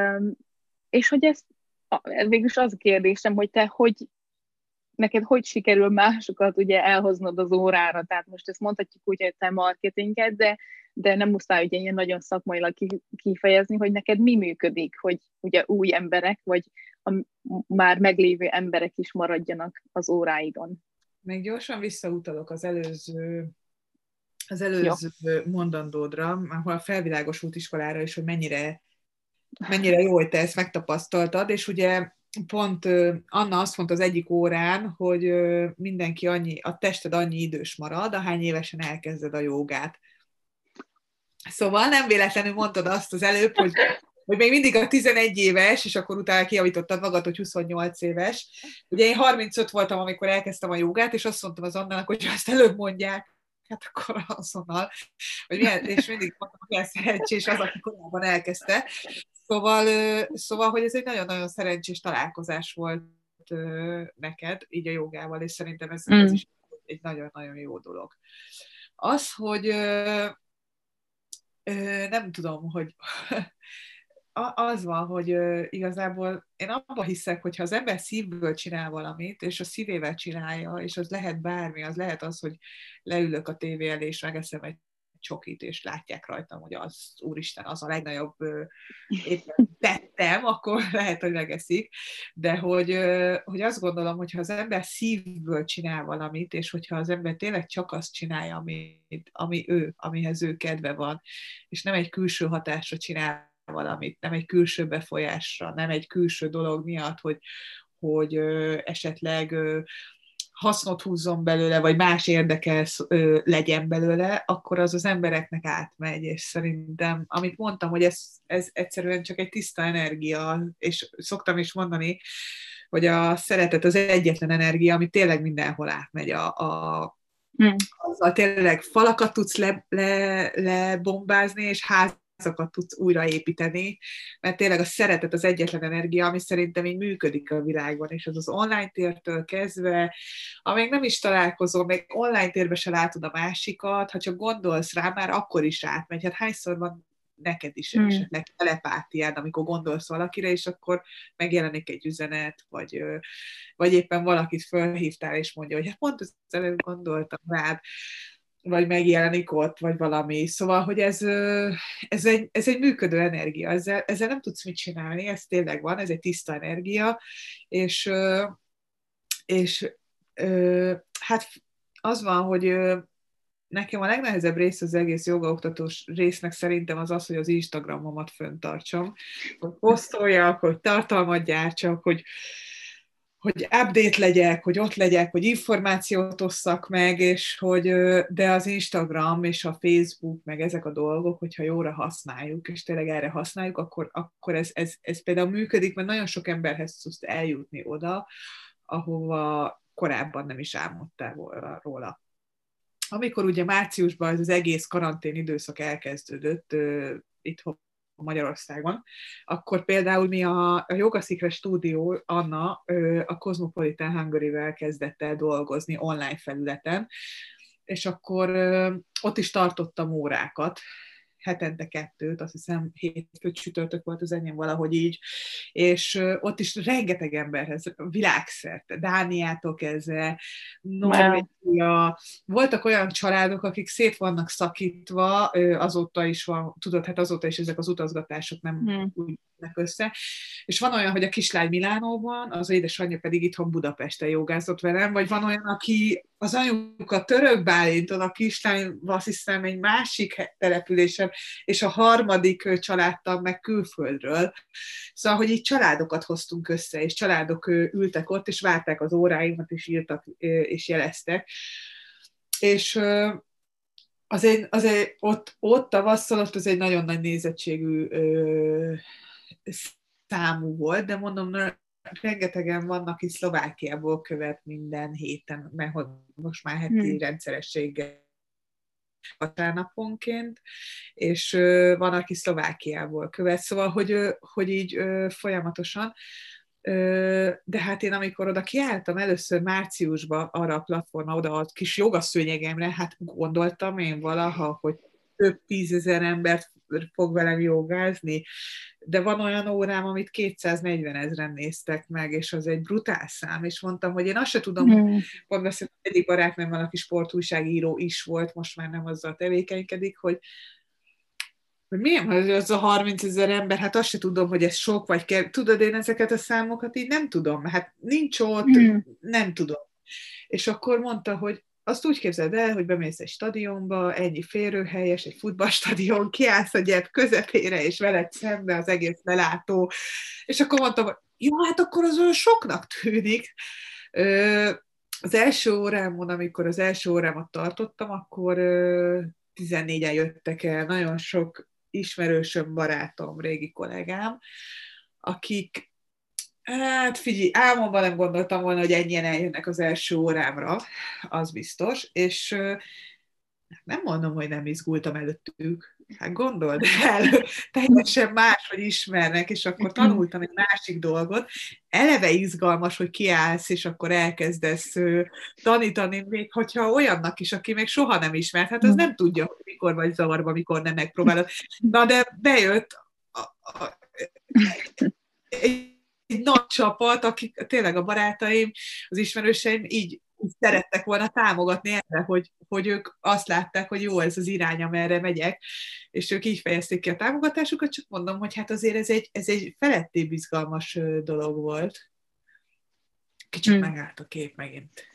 és hogy ez végülis az a kérdésem, hogy te hogy neked hogy sikerül másokat ugye elhoznod az órára, tehát most ezt mondhatjuk úgy, hogy te marketinget, de, de nem muszáj ugye ilyen nagyon szakmailag kifejezni, hogy neked mi működik, hogy ugye új emberek, vagy a már meglévő emberek is maradjanak az óráidon. Még gyorsan visszautalok az előző, az előző jó. mondandódra, ahol a felvilágosult iskolára is, hogy mennyire, mennyire jó, hogy te ezt megtapasztaltad, és ugye pont Anna azt mondta az egyik órán, hogy mindenki annyi, a tested annyi idős marad, ahány évesen elkezded a jogát. Szóval nem véletlenül mondtad azt az előbb, hogy, hogy még mindig a tizenegy éves, és akkor utána kijavítottad magad, hogy huszonnyolc éves. Ugye én harmincöt voltam, amikor elkezdtem a jogát, és azt mondtam az Annának, hogy ha ezt előbb mondják, hát akkor azonnal, hogy milyen, és mindig mondtam, hogy milyen szerencsés az, aki korábban elkezdte. Szóval, szóval, hogy ez egy nagyon-nagyon szerencsés találkozás volt neked, így a jogával, és szerintem ez, mm. ez is egy nagyon-nagyon jó dolog. Az, hogy nem tudom, hogy az van, hogy igazából én abban hiszek, hogy ha az ember szívből csinál valamit, és a szívével csinálja, és az lehet bármi, az lehet az, hogy leülök a tévé elé, és megeszem egy csokit, és látják rajtam, hogy az, úristen, az a legnagyobb éppen tettem, akkor lehet, hogy megeszik, de hogy, hogy azt gondolom, hogy ha az ember szívből csinál valamit, és hogyha az ember tényleg csak azt csinálja, amit, ami ő, amihez ő kedve van, és nem egy külső hatásra csinál valamit, nem egy külső befolyásra, nem egy külső dolog miatt, hogy, hogy esetleg hasznot húzzon belőle, vagy más érdekel legyen belőle, akkor az az embereknek átmegy, és szerintem, amit mondtam, hogy ez, ez egyszerűen csak egy tiszta energia, és szoktam is mondani, hogy a szeretet az egyetlen energia, ami tényleg mindenhol átmegy. A, a, mm. Azzal tényleg falakat tudsz le, le, lebombázni, és ház azokat tudsz újraépíteni, mert tényleg a szeretet az egyetlen energia, ami szerintem így működik a világban, és az az online tértől kezdve, amíg nem is találkozol, még online térbe se látod a másikat, ha csak gondolsz rá, már akkor is átmegy. Hát hányszor van neked is Hmm. esetleg telepátiád, amikor gondolsz valakire, és akkor megjelenik egy üzenet, vagy, vagy éppen valakit felhívtál, és mondja, hogy hát pont az előbb gondoltam rád, vagy megjelenik ott, vagy valami. Szóval, hogy ez, ez, egy, ez egy működő energia, ezzel, ezzel nem tudsz mit csinálni, ez tényleg van, ez egy tiszta energia, és, és hát az van, hogy nekem a legnehezebb rész az egész jogaoktatós résznek szerintem az az, hogy az Instagramomat fenntartsam, hogy posztoljak, hogy tartalmat gyártsak, hogy, hogy update legyek, hogy ott legyek, hogy információt osszak meg, és hogy, de az Instagram és a Facebook, meg ezek a dolgok, hogyha jóra használjuk, és tényleg erre használjuk, akkor, akkor ez, ez, ez például működik, mert nagyon sok emberhez tudsz eljutni oda, ahova korábban nem is álmodtál volna róla. Amikor ugye márciusban ez az egész karantén időszak elkezdődött uh, itthon Magyarországon, akkor például mi a, a Yoga Secret Studio, Anna uh, a Cosmopolitan Hungary-vel kezdett el dolgozni online felületen, és akkor uh, ott is tartottam órákat, hetente kettőt, azt hiszem hétfő csütörtök volt az enyém valahogy így, és uh, ott is rengeteg emberhez, világszerte, Dániától kezdve, Norvégia, voltak olyan családok, akik szét vannak szakítva, uh, azóta is van, tudod, hát azóta is ezek az utazgatások nem hmm. úgy jönnek össze, és van olyan, hogy a kislány Milánóban, az édesanyja pedig itthon Budapesten jogázott velem, vagy van olyan, aki az anyuka Török Bálinton, a kislány azt hiszem egy másik településen, és a harmadik családtag meg külföldről. Szóval, hogy így családokat hoztunk össze, és családok ültek ott, és várták az óráimat, és írtak, és jeleztek. És azért, azért ott, ott tavasszal ott az egy nagyon nagy nézettségű számú volt, de mondom, rengetegen vannak, aki Szlovákiából követ minden héten, mert most már heti hmm. rendszerességgel vasárnaponként, és uh, van, aki Szlovákiából követ, szóval, hogy, uh, hogy így uh, folyamatosan, uh, de hát én amikor oda kiálltam először márciusban arra a platformra, oda a kis jogaszőnyegemre, hát gondoltam én valaha, hogy több tízezer embert fog velem jogázni, de van olyan órám, amit kétszáznegyven ezren néztek meg, és az egy brutál szám, és mondtam, hogy én azt se tudom, mm. pont beszéltem, egyik barátnőm valaki sportújságíró is volt, most már nem azzal tevékenykedik, hogy, hogy milyen az a harmincezer ember, hát azt se tudom, hogy ez sok, vagy kell, tudod, én ezeket a számokat így nem tudom, hát nincs ott, mm. nem tudom. És akkor mondta, hogy azt úgy képzeld el, hogy bemész egy stadionba, ennyi férőhelyes, egy futballstadion, kiállsz a gyep közepére, és veled szembe az egész lelátó. És akkor mondtam, hogy jó, hát akkor az olyan soknak tűnik. Az első órámon, amikor az első órámat tartottam, akkor tizennégyen jöttek el, nagyon sok ismerősöm, barátom, régi kollégám, akik hát figyelj, álmomban nem gondoltam volna, hogy ennyien eljönnek az első órámra, az biztos, és nem mondom, hogy nem izgultam előttük. Hát gondold el, teljesen más, hogy ismernek, és akkor tanultam egy másik dolgot. Eleve izgalmas, hogy kiállsz, és akkor elkezdesz tanítani, még hogyha olyannak is, aki még soha nem ismert, hát az nem tudja, hogy mikor vagy zavarba, mikor nem megpróbálod. Na, de bejött a, a, egy egy nagy csapat, akik tényleg a barátaim, az ismerőseim így szerettek volna támogatni erre, hogy, hogy ők azt látták, hogy jó, ez az irány, amerre megyek, és ők így fejezték ki a támogatásukat, csak mondom, hogy hát azért ez egy, ez egy felettébb izgalmas dolog volt. Kicsit hmm. megállt a kép megint.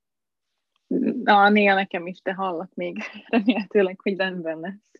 Na, néha nekem is, te hallak még. Remélhetőleg, hogy rendben lesz.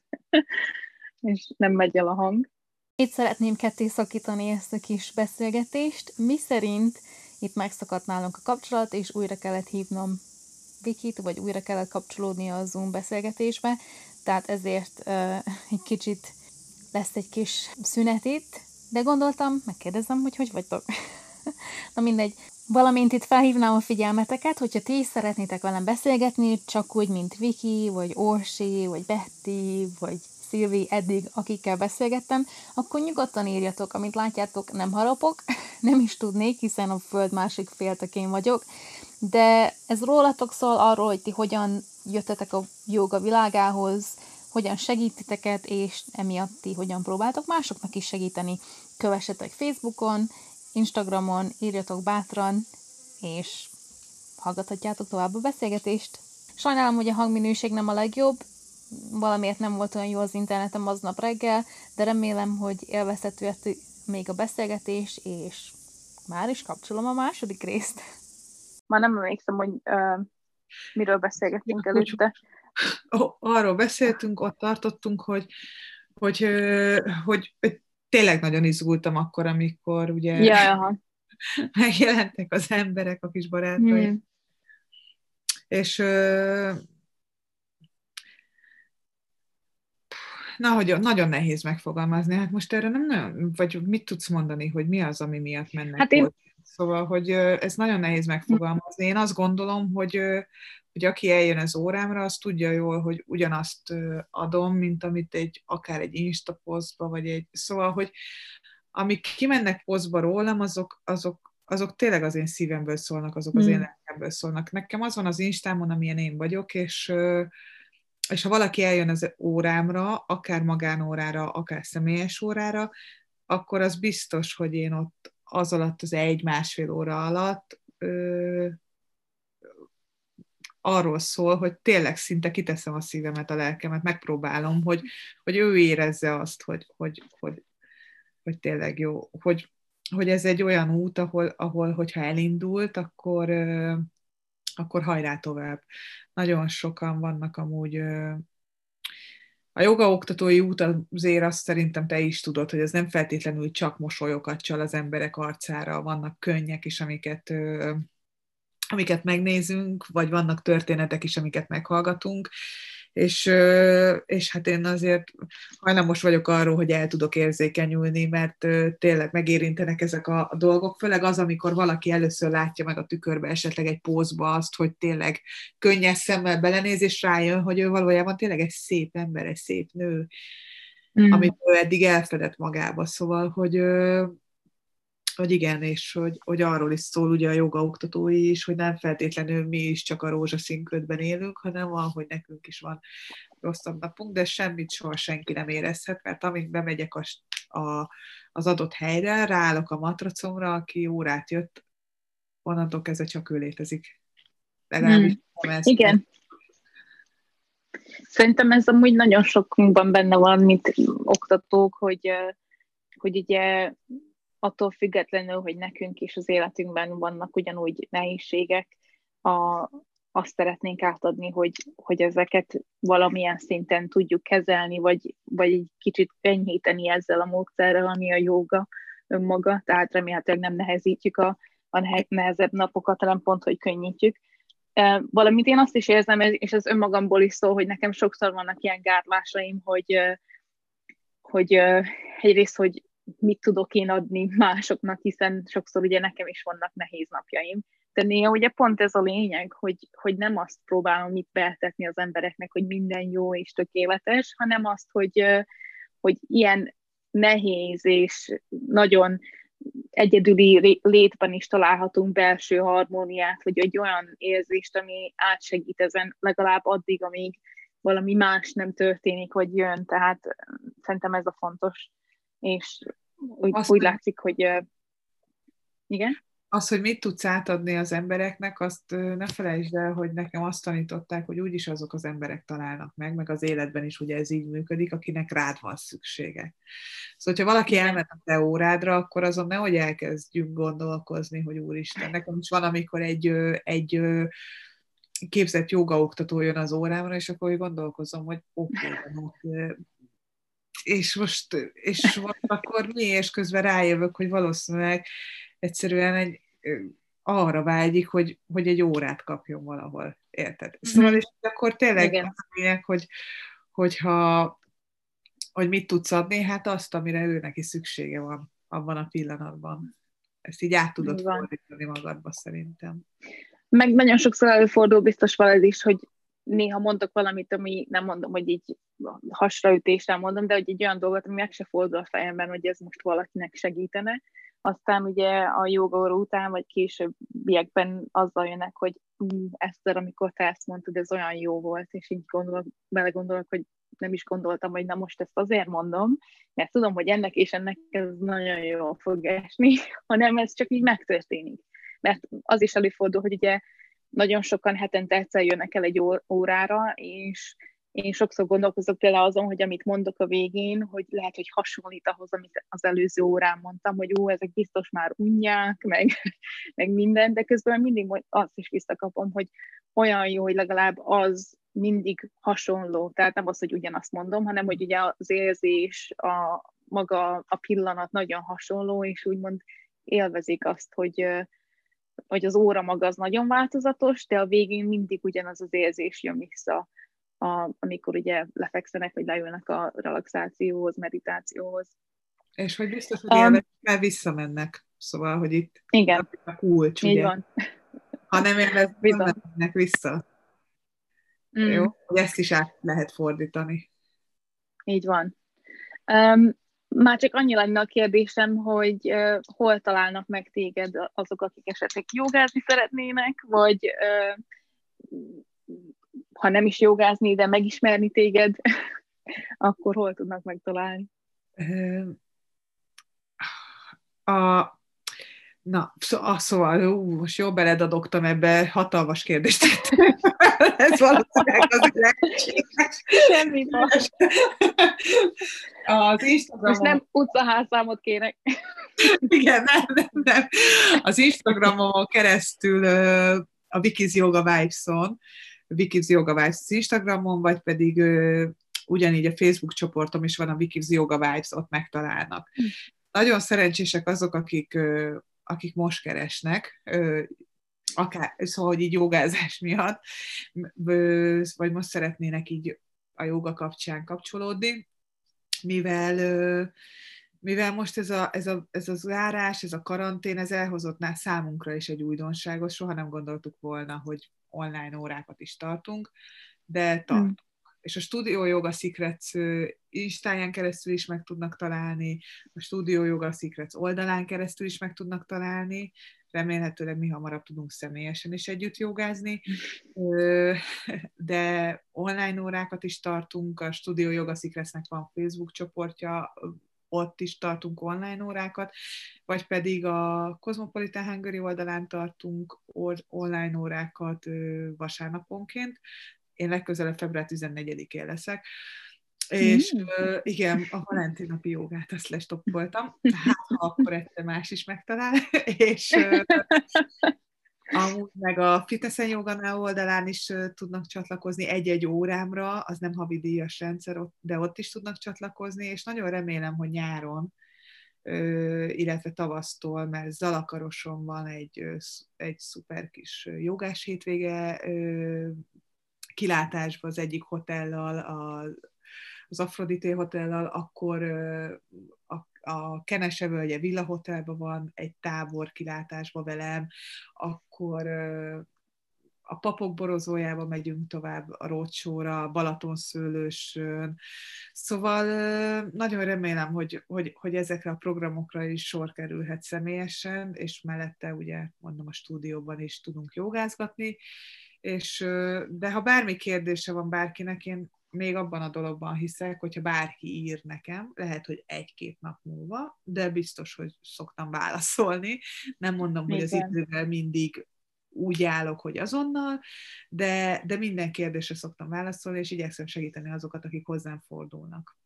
És nem megy el a hang. Itt szeretném ketté szakítani ezt a kis beszélgetést, mi szerint itt megszakadt nálunk a kapcsolat, és újra kellett hívnom Vikit, vagy újra kellett kapcsolódni a Zoom beszélgetésbe, tehát ezért uh, egy kicsit lesz egy kis szünet itt, de gondoltam, megkérdezem, hogy hogy vagytok. Na mindegy. Valamint itt felhívnám a figyelmeteket, hogyha ti is szeretnétek velem beszélgetni, csak úgy, mint Viki, vagy Orsi, vagy Betty, vagy Szilvi eddig, akikkel beszélgettem, akkor nyugodtan írjatok, amit látjátok, nem harapok, nem is tudnék, hiszen a föld másik féltekén vagyok, de ez rólatok szól arról, hogy ti hogyan jöttetek a jóga világához, hogyan segít titeket, és emiatt ti hogyan próbáltok másoknak is segíteni. Kövessetek Facebookon, Instagramon, írjatok bátran, és hallgathatjátok tovább a beszélgetést. Sajnálom, hogy a hangminőség nem a legjobb, valamiért nem volt olyan jó az internetem aznap reggel, de remélem, hogy élvezhető még a beszélgetés, és már is kapcsolom a második részt. Már nem emlékszem, hogy uh, miről beszélgettünk előtte. Arról beszéltünk, ott tartottunk, hogy, hogy, hogy, hogy tényleg nagyon izgultam akkor, amikor ugye ja, megjelentek az emberek, a kis barátaim. Hmm. És na, hogy nagyon nehéz megfogalmazni. Hát most erre nem nagyon, vagy mit tudsz mondani, hogy mi az, ami miatt mennek hát én... Szóval, hogy ez nagyon nehéz megfogalmazni. Én azt gondolom, hogy, hogy aki eljön az órámra, az tudja jól, hogy ugyanazt adom, mint amit egy, akár egy Insta posztba, vagy egy... Szóval, hogy amik kimennek posztba rólam, azok, azok, azok tényleg az én szívemből szólnak, azok az én lelkemből szólnak. Nekem az van az Instámon, amilyen én vagyok, és... és ha valaki eljön az órámra, akár magánórára, akár személyes órára, akkor az biztos, hogy én ott az alatt, az egy-másfél óra alatt ö, arról szól, hogy tényleg szinte kiteszem a szívemet, a lelkemet, megpróbálom, hogy, hogy ő érezze azt, hogy, hogy, hogy, hogy tényleg jó, hogy, hogy ez egy olyan út, ahol, ahol hogyha elindult, akkor... Ö, akkor hajrá tovább. Nagyon sokan vannak amúgy. A jogaoktatói út azért azt szerintem te is tudod, hogy ez nem feltétlenül csak mosolyokat csal az emberek arcára, vannak könnyek is, amiket, amiket megnézünk, vagy vannak történetek is, amiket meghallgatunk, és, és hát én azért hajlamos vagyok arról, hogy el tudok érzékenyülni, mert tényleg megérintenek ezek a dolgok, főleg az, amikor valaki először látja meg a tükörbe, esetleg egy pózba azt, hogy tényleg könnyes szemmel belenéz, és rájön, hogy ő valójában tényleg egy szép ember, egy szép nő, mm. amit ő eddig elfedett magába. Szóval, hogy hogy igen, és hogy, hogy arról is szól ugye a jogaoktatói is, hogy nem feltétlenül mi is csak a rózsaszín ködben élünk, hanem van, hogy nekünk is van rosszabb napunk, de semmit soha senki nem érezhet, mert amint bemegyek a, a, az adott helyre, ráállok a matracomra, aki órát jött, onnantól kezdve csak ő létezik. Legalábbis hmm. Igen. Szerintem ez amúgy nagyon sokunkban benne van, mint oktatók, hogy, hogy ugye attól függetlenül, hogy nekünk is az életünkben vannak ugyanúgy nehézségek, a, azt szeretnénk átadni, hogy, hogy ezeket valamilyen szinten tudjuk kezelni, vagy, vagy egy kicsit enyhíteni ezzel a módszerrel, ami a jóga önmaga, tehát remélhetőleg nem nehezítjük a, a nehezebb napokat, hanem pont, hogy könnyítjük. Valamint én azt is érzem, és ez önmagamból is szól, hogy nekem sokszor vannak ilyen gátlásaim, hogy, hogy egyrészt, hogy mit tudok én adni másoknak, hiszen sokszor ugye nekem is vannak nehéz napjaim. De néha ugye pont ez a lényeg, hogy, hogy nem azt próbálom itt beeltetni az embereknek, hogy minden jó és tökéletes, hanem azt, hogy, hogy ilyen nehéz és nagyon egyedüli létben is találhatunk belső harmóniát, vagy egy olyan érzést, ami átsegít ezen legalább addig, amíg valami más nem történik, vagy jön. Tehát szerintem ez a fontos. És úgy, úgy látszik, hogy uh, igen? Az, hogy mit tudsz átadni az embereknek, azt ne felejtsd el, hogy nekem azt tanították, hogy úgyis azok az emberek találnak meg, meg az életben is ugye ez így működik, akinek rád van szüksége. Szóval, ha valaki elment a te órádra, akkor azon nehogy elkezdjünk gondolkozni, hogy úristen, nekem is van, amikor egy, egy képzett jogaoktató jön az órámra, és akkor úgy gondolkozom, hogy oké, okay, és most, és most akkor mi, és közben rájövök, hogy valószínűleg egyszerűen egy, arra vágyik, hogy, hogy egy órát kapjon valahol, érted? Mm-hmm. Szóval, és akkor tényleg igen. Az lényeg, hogy, hogyha, hogy mit tudsz adni, hát azt, amire ő neki szüksége van abban a pillanatban. Ezt így át tudod fordítani magadba szerintem. Meg nagyon sokszor előfordul biztos valami is, hogy néha mondok valamit, ami nem mondom, hogy így hasraütéssel mondom, de hogy egy olyan dolgot, ami meg se fordul a fejemben, hogy ez most valakinek segítene, aztán ugye a jogaóra után, vagy későbbiekben azzal jönnek, hogy ú, Eszter, amikor te ezt mondtad, ez olyan jó volt, és így gondolok, belegondolok, hogy nem is gondoltam, hogy na most ezt azért mondom, mert tudom, hogy ennek és ennek ez nagyon jól fog esni, hanem ez csak így megtörténik. Mert az is előfordul, hogy ugye nagyon sokan hetente egyszer jönnek el egy órára, és én sokszor gondolkozok például azon, hogy amit mondok a végén, hogy lehet, hogy hasonlít ahhoz, amit az előző órán mondtam, hogy ó, ezek biztos már unják, meg, meg minden, de közben mindig azt is visszakapom, hogy olyan jó, hogy legalább az mindig hasonló, tehát nem az, hogy ugyanazt mondom, hanem hogy ugye az érzés, a maga a pillanat nagyon hasonló, és úgymond élvezik azt, hogy, hogy az óra maga az nagyon változatos, de a végén mindig ugyanaz az érzés jön vissza, a, amikor ugye lefekszenek, vagy leülnek a relaxációhoz, meditációhoz. És hogy biztos, hogy élvezik, mert visszamennek. Szóval, hogy itt igen. a kulcs, így ugye? Van. Ha nem élvezik, nem mennek vissza. Mm. Jó? Hogy ezt is át lehet fordítani. Így van. Um, már csak annyi lenne a kérdésem, hogy uh, hol találnak meg téged azok, akik esetleg jogázni szeretnének, vagy uh, ha nem is jogázni, de megismerni téged, akkor hol tudnak megtalálni? A, na, szó, szóval, ú, most jól beledadogtam ebbe, hatalmas kérdést. Ez valószínűleg az lehetséges. Semmi baj. Az Instagramon... Most nem utcaházszámot kérek. Igen, nem, nem, nem. Az Instagramon keresztül a Viki's Yoga Vibes-on, Viki's Yoga Vibes az Instagramon, vagy pedig ugyanígy a Facebook csoportom is van, a Viki's Yoga Vibes, ott megtalálnak. Hm. Nagyon szerencsések azok, akik, akik most keresnek, akár, szóval, hogy így jogázás miatt, vagy most szeretnének így a joga kapcsán kapcsolódni, mivel, mivel most ez a, ez, a, ez a zárás, ez a karantén, ez elhozott már számunkra is egy újdonságot, soha nem gondoltuk volna, hogy online órákat is tartunk, de tartunk. Mm. És a Studio Yoga Secrets Instáján keresztül is meg tudnak találni, a Studio Yoga Secrets oldalán keresztül is meg tudnak találni, remélhetőleg mi hamarabb tudunk személyesen is együtt jogázni, de online órákat is tartunk, a Studio Yoga Secretsnek van Facebook csoportja, ott is tartunk online órákat, vagy pedig a Cosmopolitan Hungary oldalán tartunk online órákat vasárnaponként. Én legközelebb február tizennegyedikén leszek. És mm. uh, igen, a Valentin napi jogát azt lestoppoltam. Hát, ha akkor egyszer más is megtalál. És uh, amúgy meg a Fitness and Yoga oldalán is uh, tudnak csatlakozni egy-egy órámra, az nem havidíjas rendszer, de ott is tudnak csatlakozni, és nagyon remélem, hogy nyáron, uh, illetve tavasztól, mert Zalakaroson van egy, uh, egy szuper kis jogás hétvége, uh, kilátásba az egyik hotellal, a, az Aphrodite hotellal, akkor a, a Kenese völgye Villa Hotelban van egy tábor kilátásba velem, akkor a Papok borozójába megyünk tovább a roadshow-ra, Balatonszőlősön. Szóval nagyon remélem, hogy, hogy, hogy ezekre a programokra is sor kerülhet személyesen, és mellette ugye mondom a stúdióban is tudunk jogázgatni. És, de ha bármi kérdése van bárkinek, én még abban a dologban hiszek, hogyha bárki ír nekem, lehet, hogy egy-két nap múlva, de biztos, hogy szoktam válaszolni. Nem mondom, hogy az idővel mindig úgy állok, hogy azonnal, de, de minden kérdésre szoktam válaszolni, és igyekszem segíteni azokat, akik hozzám fordulnak.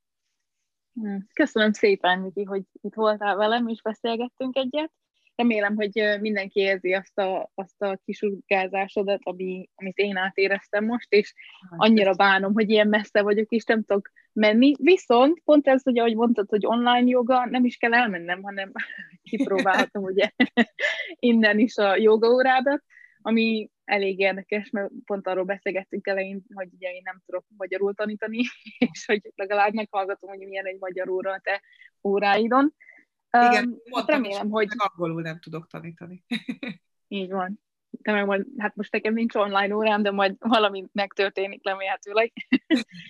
Köszönöm szépen, Viki, hogy itt voltál velem, és beszélgettünk egyet. Remélem, hogy mindenki érzi azt a, azt a kisuggázásodat, ami, amit én átéreztem most, és annyira bánom, hogy ilyen messze vagyok, és nem tudok menni. Viszont pont ez, hogy ahogy mondtad, hogy online joga, nem is kell elmennem, hanem kipróbálhatom ugye innen is a jogaórádat, ami elég érdekes, mert pont arról beszélgettünk elején, hogy ugye én nem tudok magyarul tanítani, és hogy legalább meghallgatom, hogy milyen egy magyar óra a te óráidon. Igen, um, mondtam remélem, is, hogy angolul nem tudok tanítani. Így van. De meg majd, hát most nekem nincs online órám, de majd valami megtörténik remélhetőleg.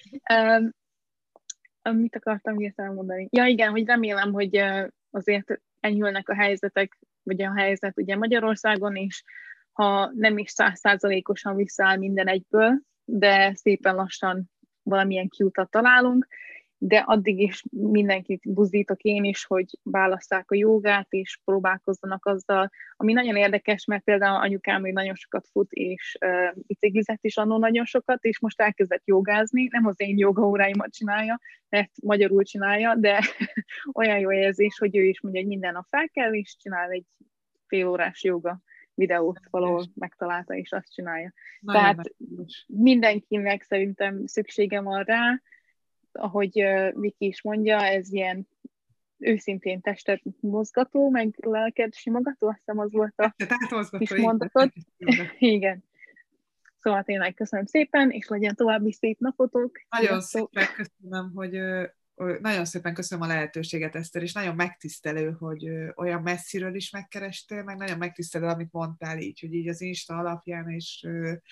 um, mit akartam hirtelen mondani? Ja igen, hogy remélem, hogy azért enyhülnek a helyzetek, vagy a helyzet ugye Magyarországon is, ha nem is százszázalékosan visszaáll minden egyből, de szépen lassan valamilyen kiutat találunk, de addig is mindenkit buzdítok én is, hogy válasszák a jogát, és próbálkozzanak azzal, ami nagyon érdekes, mert például anyukám még nagyon sokat fut, és uh, biciklizett is annól nagyon sokat, és most elkezdett jogázni, nem az én jogaóráimat csinálja, mert magyarul csinálja, de olyan jó érzés, hogy ő is mondja, hogy minden nap fel kell, és csinál egy fél órás joga videót valahol megtalálta, és azt csinálja. Nagyon Tehát megfogos. Mindenkinek szerintem szüksége van rá, ahogy uh, Viki is mondja, ez ilyen őszintén testet mozgató, meg lelket simogató, azt hiszem az volt a kis mondatot. Igen. Szóval tényleg köszönöm szépen, és legyen további szép napotok. Nagyon szépen köszönöm, hogy nagyon szépen köszönöm a lehetőséget, Eszter, és nagyon megtisztelő, hogy olyan messziről is megkerestél, meg nagyon megtisztelő, amit mondtál így, hogy így az Insta alapján, és,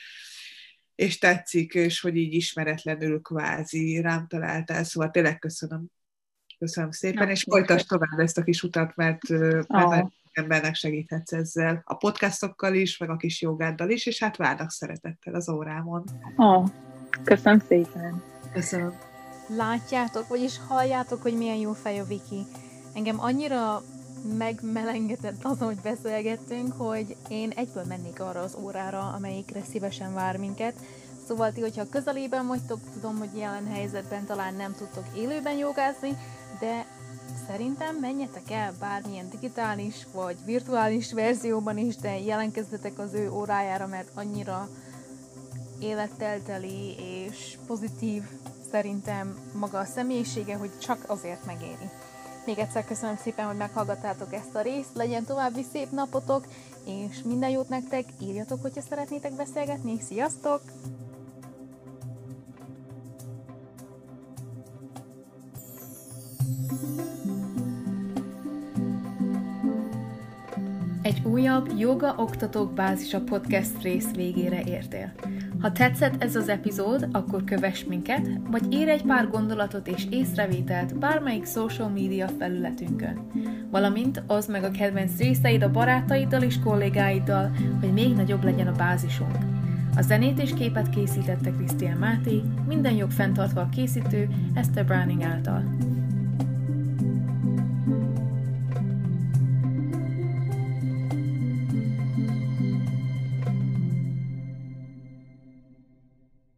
és tetszik, és hogy így ismeretlenül kvázi rám találtál, szóval tényleg köszönöm. Köszönöm szépen, Na, és folytasd tovább ezt a kis utat, mert, mert oh. nagyon embernek segíthetsz ezzel, a podcastokkal is, meg a kis jogáddal is, és hát várnak szeretettel az órámon. Oh. Köszönöm szépen. Köszönöm. Látjátok, vagyis halljátok, hogy milyen jó fej a Viki. Engem annyira megmelengetett azon, hogy beszélgettünk, hogy én egyből mennék arra az órára, amelyikre szívesen vár minket. Szóval ti, hogyha közelében vagytok, tudom, hogy jelen helyzetben talán nem tudtok élőben jogázni, de szerintem menjetek el bármilyen digitális vagy virtuális verzióban is, de jelentkezzetek az ő órájára, mert annyira élettelteli és pozitív szerintem maga a személyisége, hogy csak azért megéri. Még egyszer köszönöm szépen, hogy meghallgattátok ezt a részt, legyen további szép napotok, és minden jót nektek, írjatok, hogyha szeretnétek beszélgetni. Sziasztok! Egy újabb Joga Oktatók Bázisa podcast rész végére értél. Ha tetszett ez az epizód, akkor kövess minket, vagy írj egy pár gondolatot és észrevételt bármelyik social media felületünkön. Valamint oszd meg a kedvenc részeid a barátaiddal és kollégáiddal, hogy még nagyobb legyen a bázisunk. A zenét és képet készítette Krisztián Máté, minden jog fenntartva a készítő Eszter Browning által.